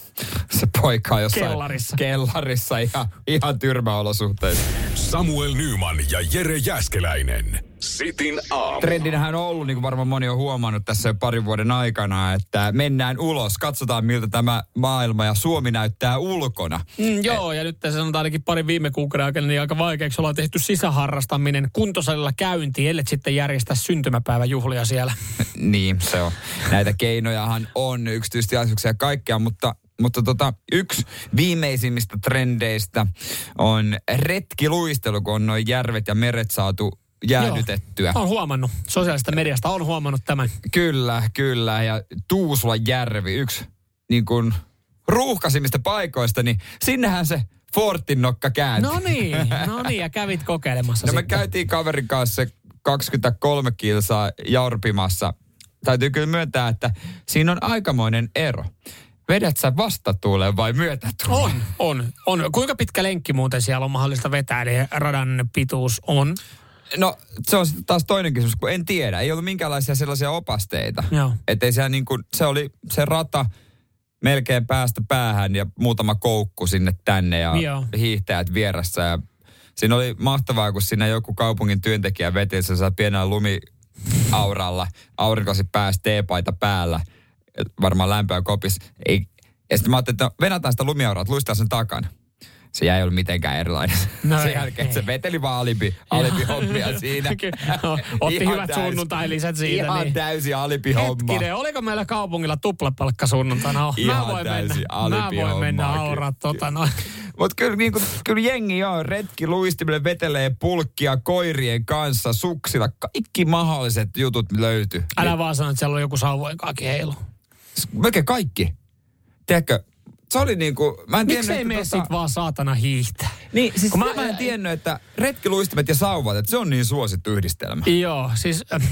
se poika on jossain kellarissa, kellarissa ihan, ihan tyrmäolosuhteissa. Samuel Nyman ja Jere Jääskeläinen. Sitin aamu. Trendinähän on ollut, niin kuin varmaan moni on huomannut tässä jo parin vuoden aikana, että mennään ulos, katsotaan miltä tämä maailma ja Suomi näyttää ulkona. Mm, joo, ja nyt tässä sanotaan ainakin parin viime kuukauden aikana, niin aika vaikeaksi ollaan tehty sisäharrastaminen kuntosalilla käyntiin, ellei sitten järjestää syntymäpäiväjuhlia siellä. Niin, se on. Näitä keinojahan on, yksityistilaisuuksia ja kaikkea, mutta Mutta tota, yksi viimeisimmistä trendeistä on retkiluistelu, kun on noin järvet ja meret saatu jäädytettyä. Joo, on huomannut. Sosiaalista mediasta on huomannut tämän. Kyllä, kyllä. Ja Tuusulan järvi, yksi niin kuin ruuhkaisimmista paikoista, niin sinnehän se Fortin nokka kääntyi. No niin, no niin, ja kävit kokeilemassa no sitten. Me käytiin kaverin kanssa kaksikymmentäkolme kilsaa jorpimassa. Täytyy kyllä myöntää, että siinä on aikamoinen ero. Vedät sä vastatuuleen vai myötätuuleen? On, on, on. Kuinka pitkä lenkki muuten siellä on mahdollista vetää, eli radan pituus on? No se on sitten taas toinen kysymys, kun en tiedä. Ei ollut minkäänlaisia sellaisia opasteita. Joo. Että ei siellä niin kuin, se oli se rata melkein päästä päähän ja muutama koukku sinne tänne ja Joo. hiihtäjät vieressä. Ja siinä oli mahtavaa, kun siinä joku kaupungin työntekijä veti, se saa pienellä lumiauralla, aurinkosi päässä, teepaita päällä. Varmaan lämpöä kopis. Ei. Ja sitten mä ajattelin, että no, venätään sitä lumiauraa, että luistaa sen takana. Se jäi ollut mitenkään erilainen. No sen ei, jälkeen ei. se veteli vaan alibi, alibi-hommia siinä. No, otti hyvät täys, sunnuntai-lisät siitä. Ihan niin. täysi alibi-homma. Hetkinen, oliko meillä kaupungilla tuplapalkka sunnuntaina? Oh, ihan mä voin täysi mennä, alibi-homma. Mä voin mennä auraa tota noin. Mutta kyllä, niin kyllä jengi on, retki luistimille vetelee pulkkia koirien kanssa, suksilla. Kaikki mahdolliset jutut löytyy. Älä niin. vaan sano, että siellä on joku sauvojen kaakin heilu. Melkein kaikki. Tiedätkö, se oli niinku, mä en tiennyt, miksei mene tota... sit vaan saatana hiihtää? Niin, siis mä, mä en tiennyt, että retkiluistimet ja sauvat, että se on niin suosittu yhdistelmä. Joo, siis äh,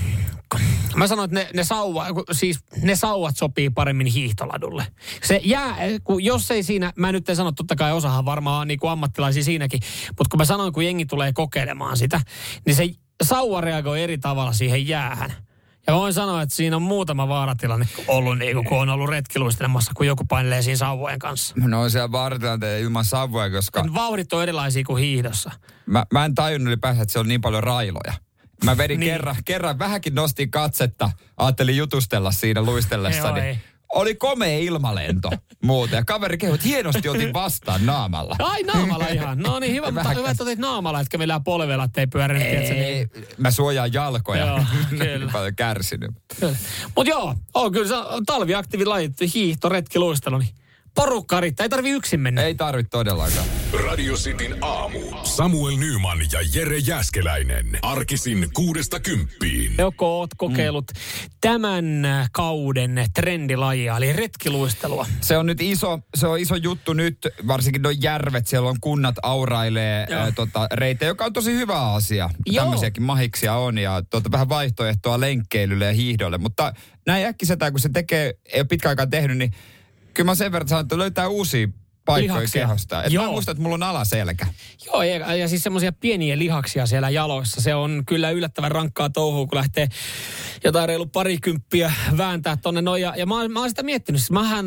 mä sanoin, että ne, ne, sauva, siis ne sauvat sopii paremmin hiihtoladulle. Se jää, kun jos ei siinä, mä nyt en sano, totta kai osahan varmaan niin kuin ammattilaisia siinäkin, mutta kun mä sanoin, kun jengi tulee kokeilemaan sitä, niin se sauva reagoi eri tavalla siihen jäähän. Ja voin sanoa, että siinä on muutama vaaratilanne ollut, niin kuin, kun on ollut retkiluistelemassa, kun joku painelee siinä sauvojen kanssa. No on siellä vaaratilanteita ilman sauvoja, koska... Vauhdit on erilaisia kuin hiihdossa. Mä, mä en tajunnut ylipäänsä, että se on niin paljon railoja. Mä vedin niin. kerran, kerran, vähänkin nostin katsetta, ajattelin jutustella siinä luistellessani. Ei, oli komea ilmalento muuten. Ja kaveri kehui, että hienosti otin vastaan naamalla. Ai naamalla ihan. No niin, hyvä, mutta hyvä, että otit naamalla, etkä millään polvella, ettei pyörinyt. Ei, mä suojaan jalkoja. Joo, kyllä. Paljon kärsinyt. Mutta joo, on kyllä se on talviaktiivilajit, hiihto, retki, luistelu, niin porukka riittää. Ei tarvi yksin mennä. Ei tarvi todellakaan. Radio Cityn aamu. Samuel Nyman ja Jere Jääskeläinen. Arkisin kuudesta kymppiin. Joko oot kokeillut mm. tämän kauden trendilajia, eli retkiluistelua? Se on nyt iso, se on iso juttu nyt, varsinkin nuo järvet, siellä on kunnat aurailee ää, tota, reittejä, joka on tosi hyvä asia. Joo. Tämmöisiäkin mahiksia on ja tota, vähän vaihtoehtoa lenkkeilylle ja hiihdolle, mutta näin äkkiseltään, kun se tekee, ei ole pitkä aikaa tehnyt, niin kyllä mä sen verran sanon, että löytää uusia paikkoja lihaksia kehosta. Et mä muistan, että mulla on alaselkä. Joo, ja, ja siis semmoisia pieniä lihaksia siellä jaloissa. Se on kyllä yllättävän rankkaa touhua, kun lähtee jotain reilu parikymppiä vääntää tonne noin. Ja, ja mä, mä oon sitä miettinyt. Siis mähän,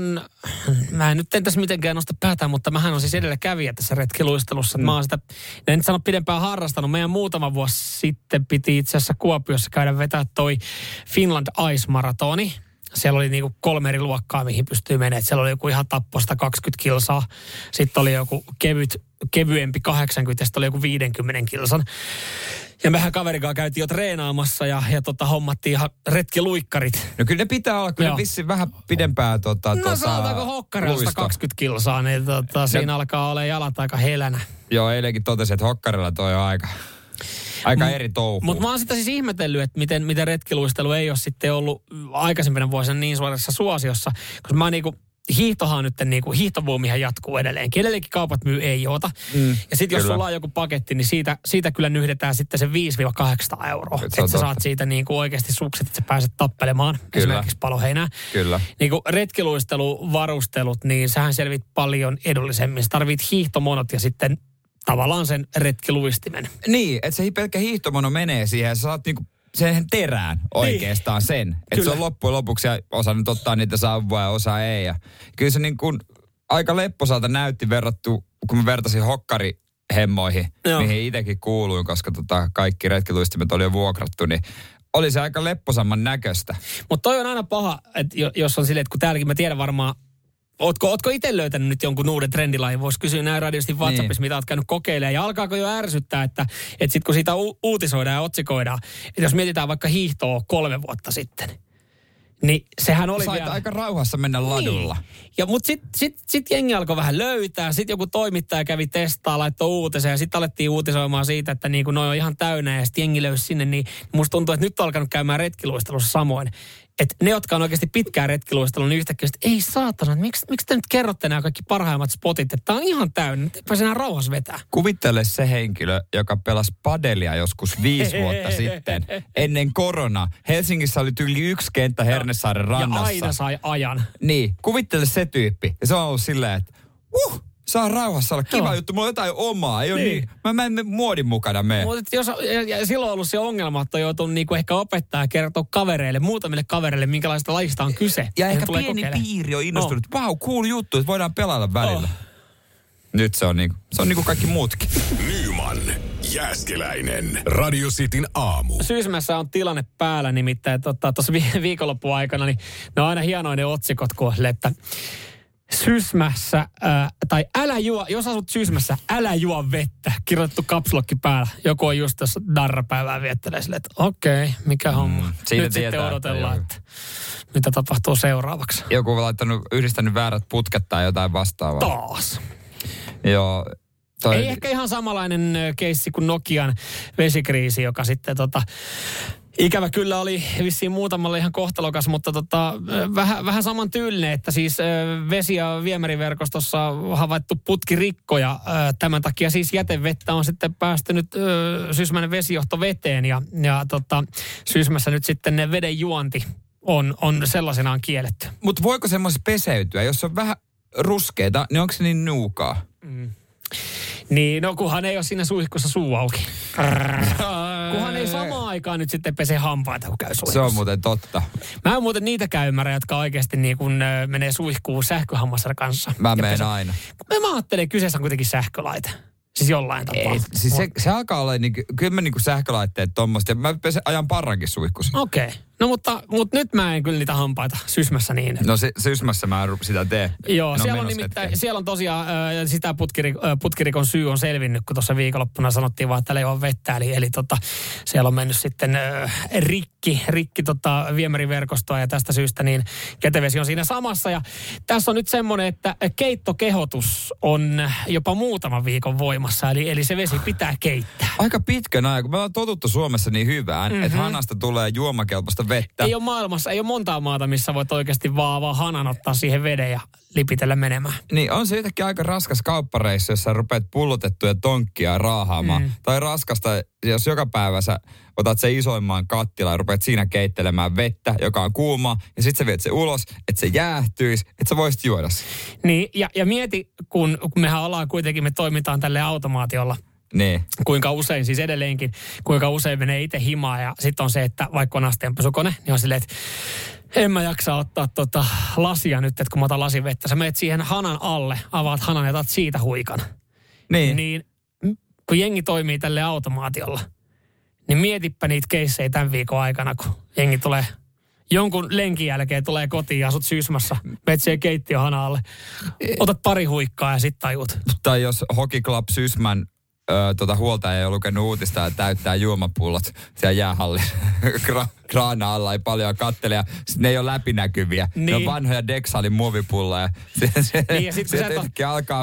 mä en nyt en tässä mitenkään nosta päätään, mutta mähän on siis edelläkävijä tässä retkiluistelussa. Mm. Mä oon sitä, en nyt sano pidempään harrastanut. Meidän muutama vuosi sitten piti itse asiassa Kuopiossa käydä vetää toi Finland Ice Maratoni. Siellä oli niinku kolme eri luokkaa, mihin pystyy menemään. Siellä oli joku ihan tapposta kaksikymmentä kilsaa. Sitten oli joku kevyt, kevyempi kahdeksankymmentä ja sitten oli joku viisikymmentä kilsan. Ja mehän kaverikaan käytiin jo treenaamassa ja, ja tota, hommattiin ihan retkiluikkarit. No kyllä ne pitää olla, kyllä ne vissiin vähän pidempää tota, no tota, sanotaanko hokkarilla kaksikymmentä kilsaa, niin tota, siinä no, alkaa olla jalat aika helänä. Joo, eilenkin totesin, että hokkarilla toi on aika... Aika eri touhu. Mutta mä oon sitä siis ihmetellyt, että miten, miten retkiluistelu ei ole sitten ollut aikaisempina vuosina niin suorassa suosiossa. Koska mä niinku, hiihtohan nyt, niinku, hiihtovuumihan jatkuu edelleenkin. Edelleenkin kaupat myy ei joota. Mm, ja sitten jos sulla on joku paketti, niin siitä, siitä kyllä nyhdetään sitten se viisi kahdeksansataa euroa. Että sä saat siitä niinku oikeasti sukset, että sä pääset tappelemaan. Kyllä. Esimerkiksi paloheinää. Kyllä. Niinku retkiluisteluvarustelut, niin sähän selvit paljon edullisemmin. Sä tarvit hiihtomonot ja sitten tavallaan sen retkiluistimen. Niin, että se pelkkä hiihtomono menee siihen ja sä saat niinku sen terään oikeastaan niin. sen. Että se on loppujen lopuksi ja osa nyt ottaa niitä sauvoja ja osa ei. Ja kyllä se niin kuin aika lepposalta näytti verrattu, kun mä vertasin hokkarihemmoihin, Joo. mihin itsekin kuuluin, koska tota kaikki retkiluistimet oli jo vuokrattu, niin oli se aika lepposamman näköistä. Mutta toi on aina paha, että jos on silleen, että kun täälläkin mä tiedän varmaan, Ootko, ootko itse löytänyt nyt jonkun uuden trendilajin? Voisi kysyä näin radiosti WhatsAppissa, niin. mitä oot käynyt kokeilemaan. Ja alkaako jo ärsyttää, että, että sitten kun siitä u- uutisoidaan ja otsikoidaan, että jos mietitään vaikka hiihtoa kolme vuotta sitten, niin sehän oli Sait vielä aika rauhassa mennä ladulla. Niin. Ja mutta sitten sit, sit jengi alkoi vähän löytää. Sitten joku toimittaja kävi testaa, laittoi uutisen ja sitten alettiin uutisoimaan siitä, että niin kuin noi on ihan täynnä ja sitten jengi löysi sinne. Niin musta tuntuu, että nyt on alkanut käymään retkiluistelussa samoin. Että ne, jotka on oikeasti pitkään retkiluistelua, niin yhtäkkiä, että ei saatana, miksi, miksi te nyt kerrotte nämä kaikki parhaimmat spotit, että tämä on ihan täynnä, että eipä enää rauhassa vetää. Kuvittele se henkilö, joka pelasi padelia joskus viisi vuotta sitten, ennen koronaa. Helsingissä oli yli yksi kenttä Hernesaaren rannassa. Ja aina sai ajan. Niin, kuvittele se tyyppi. Ja se on ollut silleen, että uh, saa rauhassa olla kiva Joo. juttu, mulla on jotain omaa. Ei niin. Niin, mä, mä en muodin mukana mene. Mutta jos, ja, ja silloin on ollut se ongelma, että on joutunut niinku ehkä opettaa ja kertoa kavereille, muutamille kavereille, minkälaista lajista on kyse. Ja ehkä pieni kokeilemaan. Piiri on innostunut. Vau, wow, cool juttu, että voidaan pelailla välillä. Oh. Nyt se on niinku, se on niinku kaikki muutkin. Nyman, Jääskeläinen, Radio Cityn aamu. Syysmässä on tilanne päällä, nimittäin tuossa tota, viikonloppuun aikana, niin ne on aina hienoja ne otsikot, kun on, että Sysmässä, äh, tai älä juo, jos asut Sysmässä, älä juo vettä. Kirjoitettu kapsulokki päällä. Joku on just tässä darrapäivää viettelee silleen, että okei, okay, mikä homma. Mm, Nyt tietää, sitten odotellaan, että, että mitä tapahtuu seuraavaksi. Joku on laittanut, yhdistänyt väärät putket tai jotain vastaavaa. Taas. Joo. Toi... Ei ehkä ihan samanlainen keissi kuin Nokian vesikriisi, joka sitten tota... Ikävä kyllä oli vissiin muutamalle ihan kohtalokas, mutta tota, vähän, vähän saman tyylinen, että siis vesi- ja viemäriverkostossa on havaittu putkirikkoja. Tämän takia siis jätevettä on sitten päästynyt Sysmän vesijohto veteen ja, ja tota, Sysmässä nyt sitten ne veden juonti on, on sellaisenaan kielletty. Mutta voiko semmoisessa peseytyä, jos on vähän ruskeita, niin onko se niin nuukaa? Mm. Niin, no kunhan ei ole siinä suihkussa suu auki. Kunhan ei samaan aikaan nyt sitten pese hampaita, kun käy suihkussa. Se on muuten totta. Mä oon muuten niitä käymärä, jotka oikeasti niin kun menee suihkuun sähköhammasar kanssa. Mä menen aina. Mä ajattelen, kyseessä on kuitenkin sähkölaite. Siis jollain tapaa. Ei, siis se, se alkaa olla, niin, kyllä mä niin sähkölaitteet tommoista. Mä pesen ajan parrankin suihkussa. Okei. Okay. No mutta, mutta nyt mä en kyllä niitä hampaita Sysmässä niin. No se, Sysmässä mä sitä teen. Joo, siellä on nimittäin, hetken. siellä on tosiaan äh, sitä putkiri, äh, putkirikon syy on selvinnyt, kun tuossa viikonloppuna sanottiin vaan, että täällä ei ole vettä. Eli, eli tota, siellä on mennyt sitten äh, rikki, rikki tota, viemäriverkostoa ja tästä syystä niin jätevesi on siinä samassa. Ja tässä on nyt semmoinen, että keittokehotus on jopa muutaman viikon voimassa, eli, eli se vesi pitää keittää. Aika pitkän ajan, kun me ollaan totuttu Suomessa niin hyvään, mm-hmm. että hanasta tulee juomakelpoista vettä. Ei ole maailmassa, ei ole montaa maata, missä voit oikeasti vaan, vaan hanan ottaa siihen veden ja lipitellä menemään. Niin, on se yhtäkkiä aika raskas kauppareissu, jos sä rupeat pullotettuja tonkkia raahaamaan. Mm. Tai raskasta, jos joka päivä sä otat se isoimman kattilan ja rupeat siinä keittelemään vettä, joka on kuuma, ja sit sä viet se ulos, että se jäähtyisi, että sä voisit juoda sen. Niin, ja, ja mieti, kun, kun mehän ollaan kuitenkin, me toimitaan tälle automaatiolla. Niin. Kuinka usein, siis edelleenkin, kuinka usein menee itse himaa ja sitten on se, että vaikka on astianpesukone, niin on silleen, että en mä jaksa ottaa tota lasia nyt, että kun mä otan lasin vettä. Sä menet siihen hanan alle, avaat hanan ja otat siitä huikan. Niin. Niin kun jengi toimii tälle automaatiolla, niin mietipä niitä keissejä tämän viikon aikana, kun jengi tulee jonkun lenkin jälkeen, tulee kotiin ja asut Sysmässä, menet siihen keittiöhanan alle, otat pari huikkaa ja sit tajut. Tai jos Hockey Club Sysmän Öö, tota huoltaja ei ole lukenut uutista ja täyttää juomapullot siellä jäähallissa. Gra- kraana alla ei paljon kattele ja sit ne ei ole läpinäkyviä. Niin. Ne on vanhoja Dexalin muovipulloja. Se, se, niin, ja sit, se tietenkin on... alkaa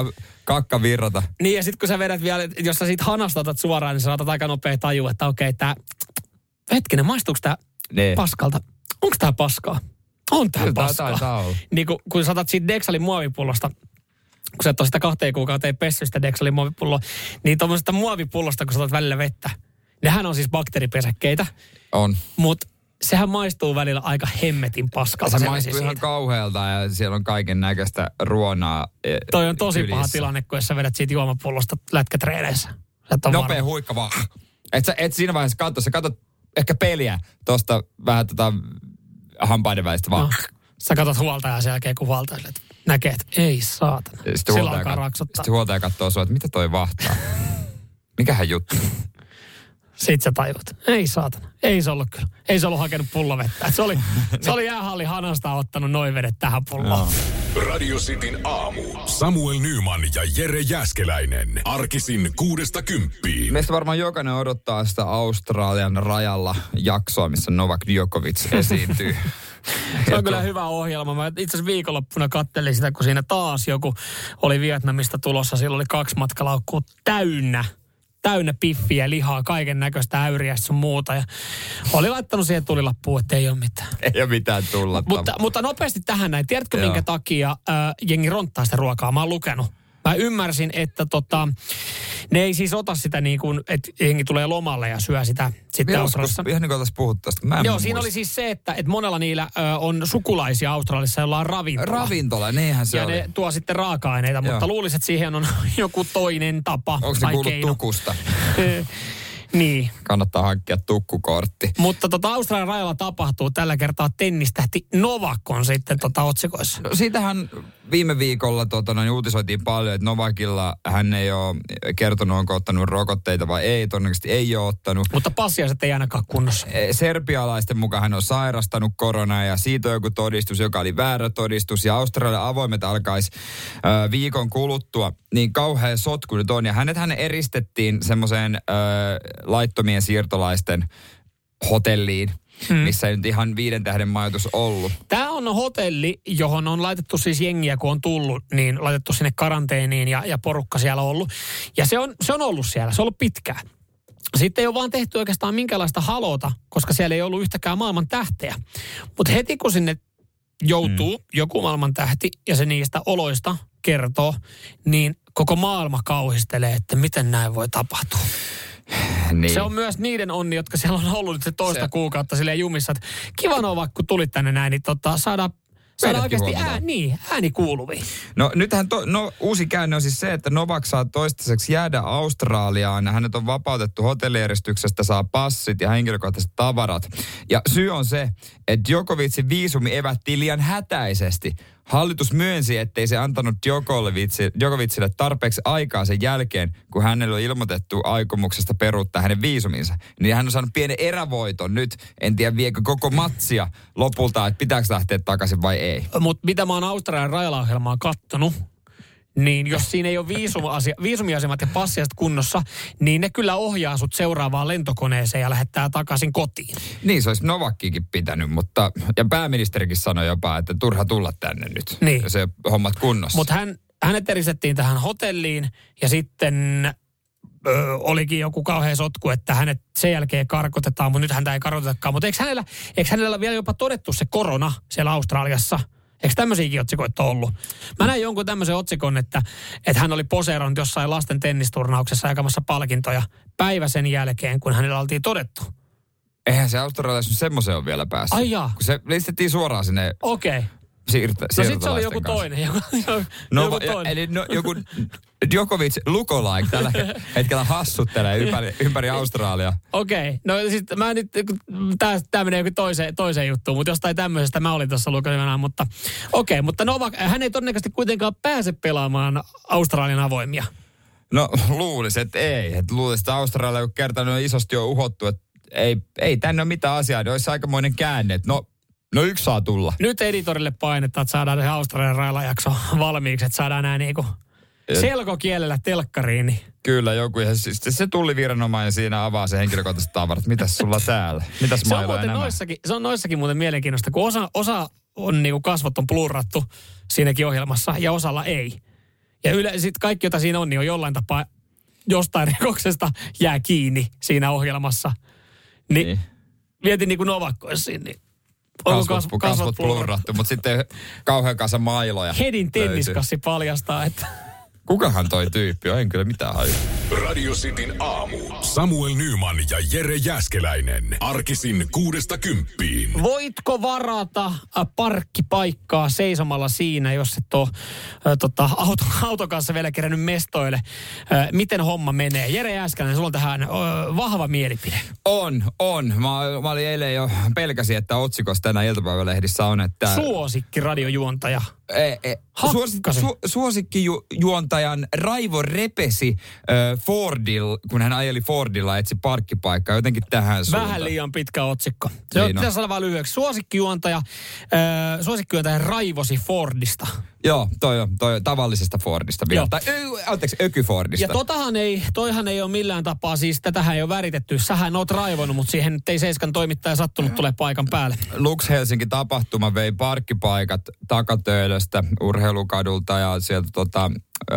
kakka virrata. Niin ja sitten kun sä vedät vielä, jos sä siitä hanasta otat suoraan, niin sä saatat aika nopea tajua, että okei, tää, hetkinen, maistuuko tää Ne. paskalta? Onko tää paskaa? On tää Kyllä tää paskaa. taitaa olla. Niin kun, kun sä otat siitä Dexalin muovipullosta, kun sä et ole sitä kahteen kuukauteen pessy sitä Dexalin muovipulloa, niin tuommoisesta muovipullosta, kun sä otat välillä vettä, nehän on siis bakteeripesäkkeitä, On. mutta sehän maistuu välillä aika hemmetin paskalta. Se se maistuu vesi ihan siitä. kauhealta ja siellä on kaiken näköistä ruonaa. e, Toi on tosi kylissä. paha tilanne, kun jos sä vedät siitä juomapullosta lätkätreeneissä. Sä et ole Nopea varma. huikka vaan. Et sä et siinä vaiheessa katso, sä katsot ehkä peliä tosta vähän tota hampaiden välistä vaan. No. Sä katsot huoltajaa sen jälkeen, kun huoltaja sille, että näkee, että ei saatana. Ja Sitten Sillä huoltaja, alkaa kat- raksuttaa. sitten huoltaja katsoo sua, että mitä toi vahtaa. Mikähän juttu? Sitten sä tajuut. Ei saatana. Ei se ollut kyllä. Ei se ollut hakenut pullovettä. Et Se oli, se oli jäähalli hanasta ottanut noin vedet tähän pulloon. Radio Cityn aamu. Samuel Nyman ja Jere Jääskeläinen. Arkisin kuudesta kymppiin. Meistä varmaan jokainen odottaa sitä Australian rajalla jaksoa, missä Novak Djokovic esiintyy. Se on kyllä hyvä ohjelma. Mä itse asiassa viikonloppuna kattelin sitä, kun siinä taas joku oli Vietnamista tulossa. Silloin oli kaksi matkalaukkua täynnä. täynnä piffiä, lihaa, kaiken näköistä äyriä sun muuta. Ja oli laittanut siihen tulilappuun, että ei ole mitään. Ei ole mitään tulla. Mutta, mutta nopeasti tähän näin. Tiedätkö, Joo. minkä takia äh, jengi ronttaa sitä ruokaa? Mä oon lukenut. Mä ymmärsin, että tota, ne ei siis ota sitä niin kuin, että jengi tulee lomalle ja syö sitä sitten Australiassa. Ihan niin kuin oltaisiin puhuttu tästä. Mä en Joo, muista. siinä oli siis se, että, että monella niillä ö, on sukulaisia Australiassa, joilla on ravintola. Ravintola, niinhän se ja oli. ne tuo sitten raaka-aineita, Joo. mutta luulisin, että siihen on joku toinen tapa. Onko se tai kuullut keino. tukusta? Niin. Kannattaa hankkia tukkukortti. Mutta tota Australian rajalla tapahtuu tällä kertaa tennistähti Novak on sitten tota otsikoissa. No, siitähän viime viikolla tota, no, uutisoitiin paljon, että Novakilla hän ei ole kertonut, onko ottanut rokotteita vai ei. Todennäköisesti ei ole ottanut. Mutta passiaiset ei ainakaan kunnossa. E, Serbialaisten mukaan hän on sairastanut koronaa ja siitä on joku todistus, joka oli väärä todistus. Ja Australian avoimet alkaisi ö, viikon kuluttua. Niin kauhea sotku nyt on. Ja hänet hän eristettiin semmoiseen ö, laittomien siirtolaisten hotelliin, hmm. missä ei nyt ihan viiden tähden majoitus ollut. Tämä on hotelli, johon on laitettu siis jengiä, kun on tullut, niin laitettu sinne karanteeniin ja, ja porukka siellä ollut. Ja se on, se on ollut siellä, se on ollut pitkään. Sitten ei ole vaan tehty oikeastaan minkäänlaista halota, koska siellä ei ollut yhtäkään maailman tähteä. Mutta heti kun sinne joutuu hmm. joku maailman tähti ja se niistä oloista kertoo, niin koko maailma kauhistelee, että miten näin voi tapahtua. Niin. Se on myös niiden onni, jotka siellä on ollut nyt se toista se... kuukautta silleen jumissa, että kiva Novak, kun tulit tänne näin, niin tota, saadaan, saadaan oikeasti ää, niin, ääni kuuluviin. No nythän to, no, uusi käänne on siis se, että Novak saa toistaiseksi jäädä Australiaan. Hänet on vapautettu hotellieristyksestä, saa passit ja henkilökohtaiset tavarat. Ja syy on se, että Djokovicin viisumi evättiin liian hätäisesti. Hallitus myönsi, ettei se antanut Djokovicille tarpeeksi aikaa sen jälkeen, kun hänelle on ilmoitettu aikomuksesta peruuttaa hänen viisuminsa. Niin hän on saanut pienen erävoiton nyt. En tiedä, viekö koko matsia lopulta, että pitääkö lähteä takaisin vai ei. Mutta mitä mä oon Australian rajalaohjelmaa kattonut, niin jos siinä ei ole viisumiasia, viisumiasemat ja passiaiset kunnossa, niin ne kyllä ohjaa sut seuraavaan lentokoneeseen ja lähettää takaisin kotiin. Niin, se olisi Novakkikin pitänyt, mutta, ja pääministerikin sanoi jopa, että turha tulla tänne nyt. Niin. Se hommat kunnossa. Mutta hän, hänet eristettiin tähän hotelliin ja sitten ö, olikin joku kauhea sotku, että hänet sen jälkeen karkotetaan, mutta nyt häntä ei karkotetakaan. Mutta eikö hänellä, eikö hänellä vielä jopa todettu se korona siellä Australiassa? Eikö tämmöisiäkin otsikoita ollut? Mä näin jonkun tämmöisen otsikon, että, että hän oli poseerannut jossain lasten tennisturnauksessa jakamassa palkintoja päivä sen jälkeen, kun hänellä oltiin todettu. Eihän se australialaisuus semmoiseen ole vielä päässyt. Ai jaa. Kun se listettiin suoraan sinne Okei. Okay. siirto, No sit se oli joku kanssa. toinen. Joku, no, joku ja, toinen. eli no, joku Djokovic lookalike tällä hetkellä hassuttelee ympäri, ympäri Australiaa. Okei. Okay. No sit mä nyt, tää menee joku toiseen, toiseen juttuun, mutta jostain tämmöisestä mä olin tuossa lukenut, mutta okei. Okay, mutta Novak, hän ei todennäköisesti kuitenkaan pääse pelaamaan Australian avoimia. No luulisi, että ei. Et luulisi, että Australia, kun kertaan on isosti jo uhottu, että ei, ei tänne ole mitään asiaa, niin olisi aikamoinen käänne. No, no yksi saa tulla. Nyt editorille painetta, että saadaan se Australian railajakso valmiiksi, että saadaan nämä niinku selkokielellä telkkariin. Niin. Kyllä, joku. Ja siis se tuli viranomainen siinä avaa se henkilökohtaiset tavarat. Mitäs sulla täällä? Mitäs se on mailla muuten noissakin, se on noissakin muuten mielenkiintoista, kun osa, osa on niinku kasvot on plurrattu siinäkin ohjelmassa ja osalla ei. Ja yle, sit kaikki, jota siinä on, niin on jollain tapaa jostain rikoksesta jää kiinni siinä ohjelmassa. Niin, niin. Mietin niin kuin Novakkoisiin, niin onko kasvot, kasvot, kasvot plurrattu, mutta sitten kauhean kanssa mailoja. Hedin tenniskassi paljastaa, että... Kukahan toi tyyppi on? En kyllä mitään haju. Radio Cityn aamu. Samuel Nyman ja Jere Jääskeläinen. Arkisin kuudesta kymppiin. Voitko varata parkkipaikkaa seisomalla siinä, jos et ole äh, tota, auto, auton kanssa vielä kerännyt mestoille? Äh, miten homma menee? Jere Jääskeläinen, sulla on tähän äh, vahva mielipide. On, on. Mä, mä olin eilen jo pelkäsin, että otsikossa tänä iltapäivälehdissä on, että... Suosikki radiojuontaja. E, e, suosi, su, suosikkijuontajan Raivo repesi äh, Fordilla, kun hän ajeli Fordilla, etsi parkkipaikkaa jotenkin tähän suuntaan. Vähän liian pitkä otsikko. Se niin on, pitäisi olla vaan lyhyeksi. Suosikkijuontaja, äh, suosikkijuontaja raivosi Fordista. Joo, toi on, toi on tavallisesta Fordista vielä. Tai, anteeksi, öky-Fordista. Ja totahan ei, toihan ei ole millään tapaa, siis tätähän ei ole väritetty. Sähän oot raivonnut, mutta siihen nyt ei Seiskan toimittaja sattunut tulee paikan päälle. Lux Helsinki tapahtuma vei parkkipaikat Takatöölöstä, Urheilukadulta ja sieltä tota...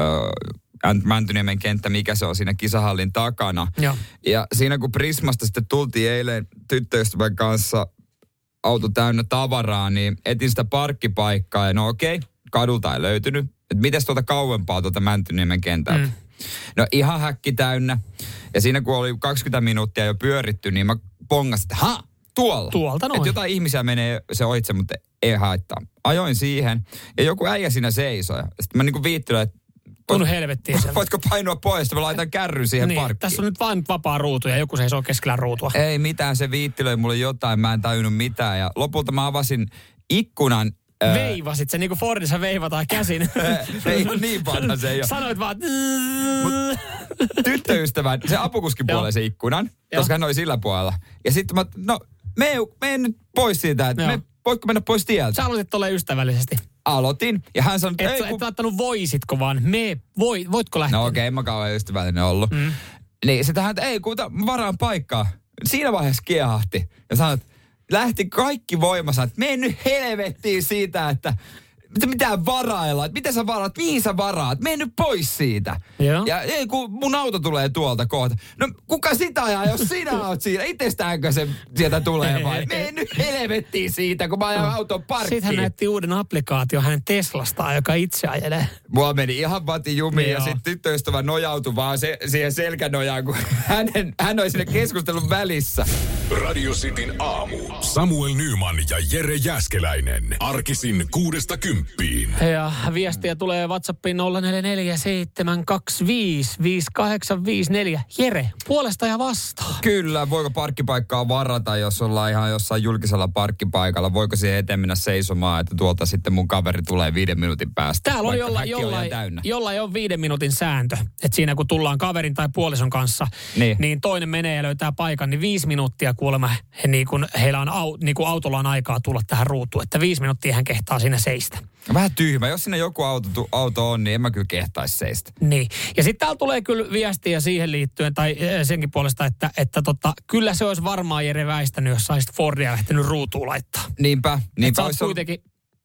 Ö, Mäntyniemen kenttä, mikä se on siinä kisahallin takana. Joo. Ja siinä kun Prismasta sitten tultiin eilen tyttöystävän kanssa auto täynnä tavaraa, niin etin sitä parkkipaikkaa ja no okei, okay, kadulta ei löytynyt. Että mites tuota kauempaa tuota Mäntyniemen kentältä? Mm. No ihan häkki täynnä. Ja siinä kun oli kaksikymmentä minuuttia jo pyöritty, niin mä pongasin, että ha, tuolla. Tuolta noin. Että jotain ihmisiä menee se ohitse, mutta ei haittaa. Ajoin siihen ja joku äijä siinä seisoi. Sitten mä niinku viittelin, että tunnu helvettiin sen. Voitko painua pois, mä laitan kärryn siihen niin, parkkiin. Tässä on nyt vain vapaa ruutu ja joku seisoo keskellä ruutua. Ei mitään, se viittilöi mulle jotain, mä en tajunnut mitään. Ja lopulta mä avasin ikkunan. Veivasit se, niin kuin Fordissa veivataan käsin. Ei niin vanha se ei ole. Sanoit vaan... Mut, tyttöystävän, se apukuskin puolelle se ikkunan, koska hän oli sillä puolella. Ja sitten mä, no, mene, mene nyt pois siitä, että me, voitko mennä pois tieltä? Sä aloitit tolleen ystävällisesti. Aloitin, ja hän sanoi, että... Et, et, kun... et laittanut voisitko vaan, me, voi, voitko lähteä? No okei, okay, en mä kauan ystävällinen ollut. Mm. Niin se tähän, että ei, kun varaan paikkaa. Siinä vaiheessa kiehahti. Ja sanoi, että lähti kaikki voimansa, että mene nyt helvettiin siitä, että mitään varailla, että miten sä varaat, mihin sä varaat, mene nyt pois siitä. Joo. Ja ei, kun mun auto tulee tuolta kohta. No kuka sitä ajaa, jos sinä oot siinä? Itsestäänkö se sieltä tulee vai? Mene nyt helvettiin siitä, kun mä ajan auton parkkiin. Sitten hän näytti uuden applikaation hänen Teslastaan, joka itse ajelee. Mua meni ihan vati jumiin ja sitten tyttöystävä nojautui vaan se, siihen selkänojaan, kun hänen, hän oli siinä keskustelun välissä. Radio Cityn aamu. Samuel Nyman ja Jere Jääskeläinen. Arkisin kuudesta kymppiin. Ja viestiä tulee WhatsAppiin nolla neljä neljä seitsemän kaksi viisi viisi kahdeksan viisi neljä. Jere, puolesta ja vastaan. Kyllä, voiko parkkipaikkaa varata, jos ollaan ihan jossain julkisella parkkipaikalla? Voiko siihen eteen mennä seisomaan, että tuolta sitten mun kaveri tulee viiden minuutin päästä? Täällä on jollain, jollain, jollain on viiden minuutin sääntö. Että siinä kun tullaan kaverin tai puolison kanssa, niin, niin toinen menee ja löytää paikan, niin viisi minuuttia kuulemma he niin kun, heillä on au, niin kun autolla on aikaa tulla tähän ruutuun. Että viisi minuuttia hän kehtaa siinä seistä. Vähän tyhmä. Jos siinä joku auto, auto on, niin en mä kyllä kehtaisi seistä. Niin. Ja sitten täällä tulee kyllä viestiä siihen liittyen, tai senkin puolesta, että, että tota, kyllä se olisi varmaan Jere väistänyt, jos saisit Fordia lähtenyt ruutuun laittaa. Niinpä. Niinpä olisi kuitenkin...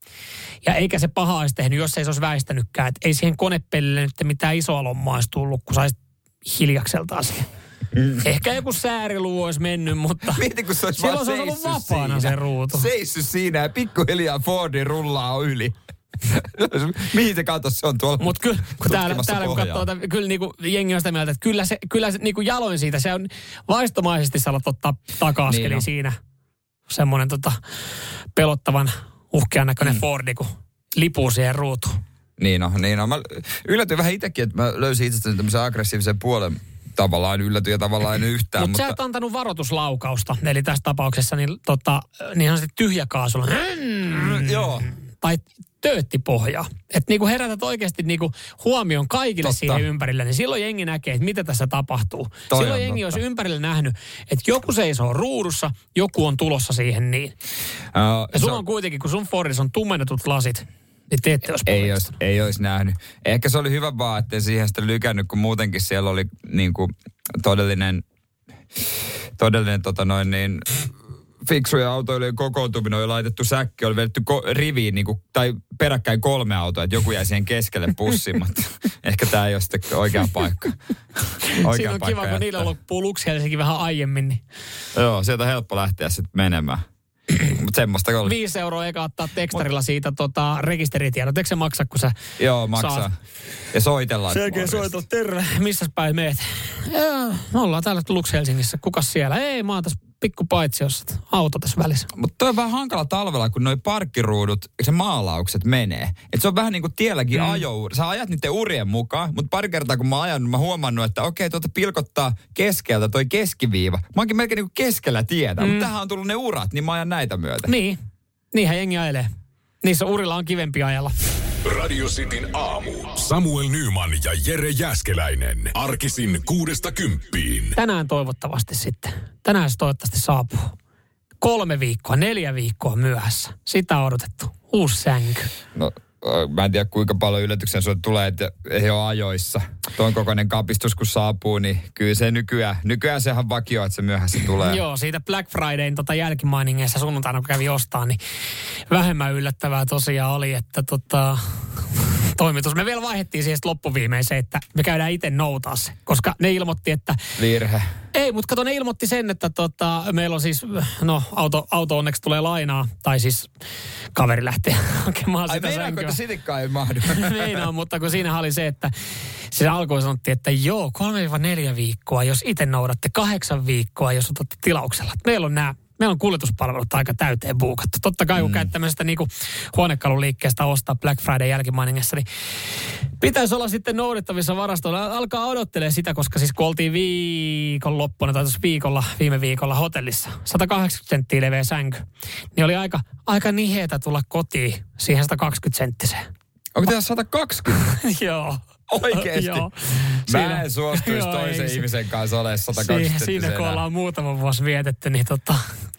Ja eikä se paha olisi tehnyt, jos ei se olisi väistänytkään. Että ei siihen konepellille nyt mitään isoa lommaa olisi tullut, kun saisit hiljakseltaan siihen. Mm. Ehkä joku sääriluu olisi mennyt, mutta mieti, kun se olisi silloin se olisi ollut vapaana siinä. Se ruutu. Seissy siinä ja pikkuhiljaa Fordi rullaa yli. Mihin se katos, se on tuolla. Mutta kyllä, kun täällä, täällä kun katsoo, kyllä niinku jengi on sitä mieltä, että kyllä se, kyllä se niinku jaloin siitä, se on vaistomaisesti sä alat ottaa taka-askeli niin siinä. Semmoinen tota, pelottavan uhkean näköinen mm. Fordi, kun lipuu siihen ruutuun. Niin on, niin on. Mä yllätyin vähän itsekin, että mä löysin itsestäni tämmöisen aggressiivisen puolen. Tavallaan yllätyin ja tavallaan en yhtään. Mut mutta sä et antanut varoituslaukausta. Eli tässä tapauksessa niin, tota, niin ihan sitten tyhjäkaasulla. Mm, joo. Tai tööttipohjaa. Että niinku herätät oikeasti niinku huomion kaikille totta. Siihen ympärille. Niin silloin jengi näkee, että mitä tässä tapahtuu. Toi silloin jengi totta. Olisi ympärillä nähnyt, että joku seisoo ruudussa, joku on tulossa siihen niin. Uh, ja sulla on kuitenkin, kun sun Fordissa on tummennetut lasit, niin te ette olisi ei olisi, ei olisi nähnyt. Ehkä se oli hyvä vaan, ettei siihen sitä lykännyt, kun muutenkin siellä oli niin kuin todellinen, todellinen tota noin niin, fiksuja autoilijoiden kokoontuminen on jo laitettu säkki, oli vedetty ko- riviin niin kuin, tai peräkkäin kolme autoa, että joku jäi siihen keskelle pussiin, mutta ehkä tämä ei ole sitten oikea paikka. Oikea Siinä on paikka kiva, kun niillä loppuu Lux Helsinki vähän aiemmin. Niin. Joo, sieltä on helppo lähteä sitten menemään. Mutta semmoista oli. Viisi euroa eka ottaa tekstarilla siitä tota, rekisteritiedot. Eikö se maksa, kun sä Joo, maksaa. Saat. Ja soitellaan. Sen jälkeen soitella, terve, missäs päin meet? Joo, me ollaan täällä Lux Helsingissä. Kukas siellä? Ei, mä oon tässä pikku paitsiossa, auto tässä välissä. Mutta toi on vähän hankala talvella, kun noi parkkiruudut, se maalaukset menee. Et se on vähän niin kuin tielläkin mm. ajo. Sä ajat niiden urien mukaan, mutta pari kertaa kun mä ajan, mä huomannut, että okei, tuota pilkottaa keskeltä toi keskiviiva. Mä oonkin melkein niin kuin keskellä tietä, mm. mutta tähän on tullut ne urat, niin mä ajan näitä myötä. Niin, niinhän jengi ajelee. Niissä urilla on kivempi ajalla. Radio Cityn aamu. Samuel Nyman ja Jere Jääskeläinen. Arkisin kuudesta kymppiin. Tänään toivottavasti sitten. Tänään se toivottavasti saapuu. Kolme viikkoa, neljä viikkoa myöhässä. Sitä on odotettu. Uusi sänky. No, mä en tiedä kuinka paljon yllätyksen sulle tulee, että ei ole ajoissa. Tuon kokoinen kapistus kun saapuu, niin kyllä se nykyään, nykyään sehän vakio, että se myöhässä tulee. Joo, siitä Black Fridayn tota jälkimainingeissa sunnuntaina kun kävi ostaa, niin vähemmän yllättävää tosiaan oli, että tota, toimitus. Me vielä vaihdettiin siihen loppuviimein se, että me käydään itse noutaa se, koska ne ilmoitti, että... Virhe. Ei, mutta kato, ne ilmoitti sen, että tota, meillä on siis, no auto, auto onneksi tulee lainaa, tai siis kaveri lähtee hakemaan Ai sitä sänkyä. Ai meinaako, että sitikkaan ei mahdu? Meinaa, mutta kun siinä oli se, että siinä alkuun sanottiin, että joo, kolme neljä viikkoa, jos itse noudatte, kahdeksan viikkoa, jos otatte tilauksella. Meillä on nämä, meillä on kuljetuspalvelut aika täyteen buukattu. Totta kai kun mm. käyt tämmöisestä niinku huonekaluliikkeestä ostaa Black Friday jälkimainingessa, niin pitäisi olla sitten noudettavissa varastoilla. Alkaa odottelemaan sitä, koska siis kun oltiin viikon loppuna, tai tuossa viikolla, viime viikolla hotellissa, sata kahdeksankymmentä senttiä leveä sänky, niin oli aika, aika niheetä tulla kotiin siihen sata kaksikymmentä senttiseen. Onko tämä sata kaksikymmentä? Joo. Oikeesti? Joo. Mä Siinä, en suostuisi joo, toisen ei, ihmisen kanssa olemaan sata kaksikymmentä Siinä, siinä kun ollaan muutama vuosi vietetty, niin tota...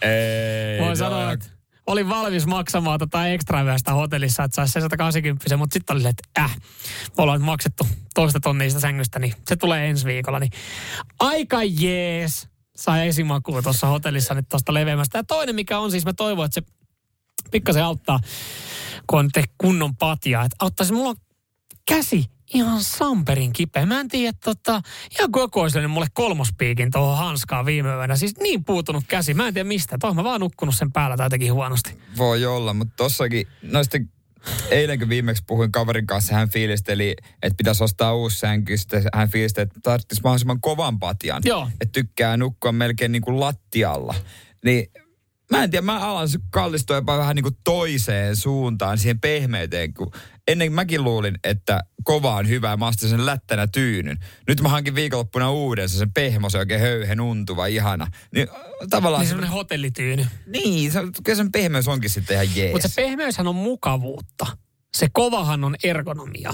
Ei. Voin sanoa, on... että olin valmis maksamaan tota ekstravästä hotellissa, että saisi se sata kaksikymmentä, mutta sitten oli, että äh, me ollaan maksettu toista tonniista sängystä, niin se tulee ensi viikolla. Niin aika jees, sai esimakua tuossa hotellissa nyt tuosta leveämmästä. Ja toinen, mikä on siis, mä toivon, että se pikkasen auttaa, kun on te kunnon patjaa, että auttaisi, mulla on käsi ihan samperin kipeä. Mä en tiedä, tota, ihan koko ajan mulle kolmospiikin tuohon hanskaan viime yönä. Siis niin puutunut käsi. Mä en tiedä mistä. Tuohon mä vaan nukkunut sen päällä tai jotenkin huonosti. Voi olla, mutta tossakin, no sitten eilenkö viimeksi puhuin kaverin kanssa, hän fiilisteli, että pitäisi ostaa uusi sänky. Sitten hän fiilisteli, että tarvitsisi mahdollisimman kovan patjan. Joo. Että tykkää nukkua melkein niin kuin lattialla. Niin mä en tiedä, mä alan kallistua jopa vähän niin kuin toiseen suuntaan, siihen pehmeyteen, kun ennen mäkin luulin, että kova on hyvä, mä astin sen lättänä tyynyn. Nyt mä hankin viikonloppuna uuden, sen pehmosen oikein höyhen untuva, ihana. Niin tavallaan... Niin semmoinen hotellityyny. Niin, se, kyllä sen pehmeys onkin sitten ihan jees. Mutta se pehmeyshän on mukavuutta. Se kovahan on ergonomiaa.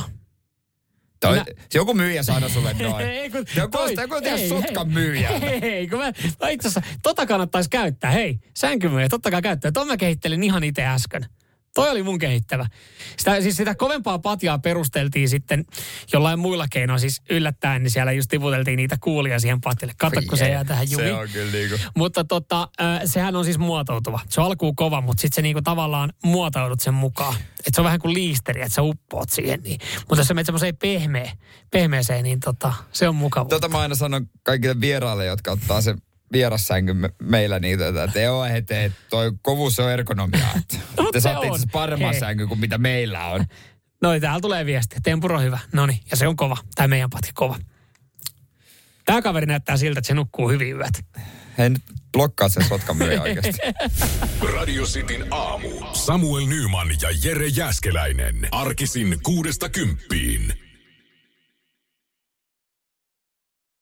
Toi, Minä... Se joku myyjä sanoi sulle noin. ei, kun, joku toi, joku ei, sotkan ei, myyjä. Ei, kun mä, mä itse asiassa, tota kannattaisi käyttää. Hei, sänkymyyjä, totta kai käyttää. Tuon mä kehittelin ihan itse äsken. Toi oli mun kehittävä. Sitä, siis sitä kovempaa patjaa perusteltiin sitten jollain muilla keinoilla, siis yllättäen, niin siellä just tiputeltiin niitä kuulia siihen patjalle. Kato, kun se jää tähän jumiin. Se on kyllä niinku. Mutta tota, äh, sehän on siis muotoutuva. Se on alkuun kova, mutta sitten se niinku tavallaan muotoudut sen mukaan. Että se on vähän kuin liisteri, että sä uppoat siihen. Niin. Mutta jos sä menet semmoiseen pehmeä, pehmeeseen, niin tota, se on mukava. Tota mä aina sanon kaikille vieraille, jotka ottaa sen vierassänky me, meillä niitä, että joo, heti, että toi kovuus on ergonomiaa. Että no, te saatte itse paremman Hei. sänky kuin mitä meillä on. No täällä tulee viesti. Tempuro hyvä. Noniin, ja se on kova. Tämä meidän patja kova. Tämä kaveri näyttää siltä, että se nukkuu hyvin yöt. Hei nyt blokkaa sen sotkan myyjä oikeasti. Radio Cityn aamu. Samuel Nyman ja Jere Jääskeläinen. Arkisin kuudesta kymppiin.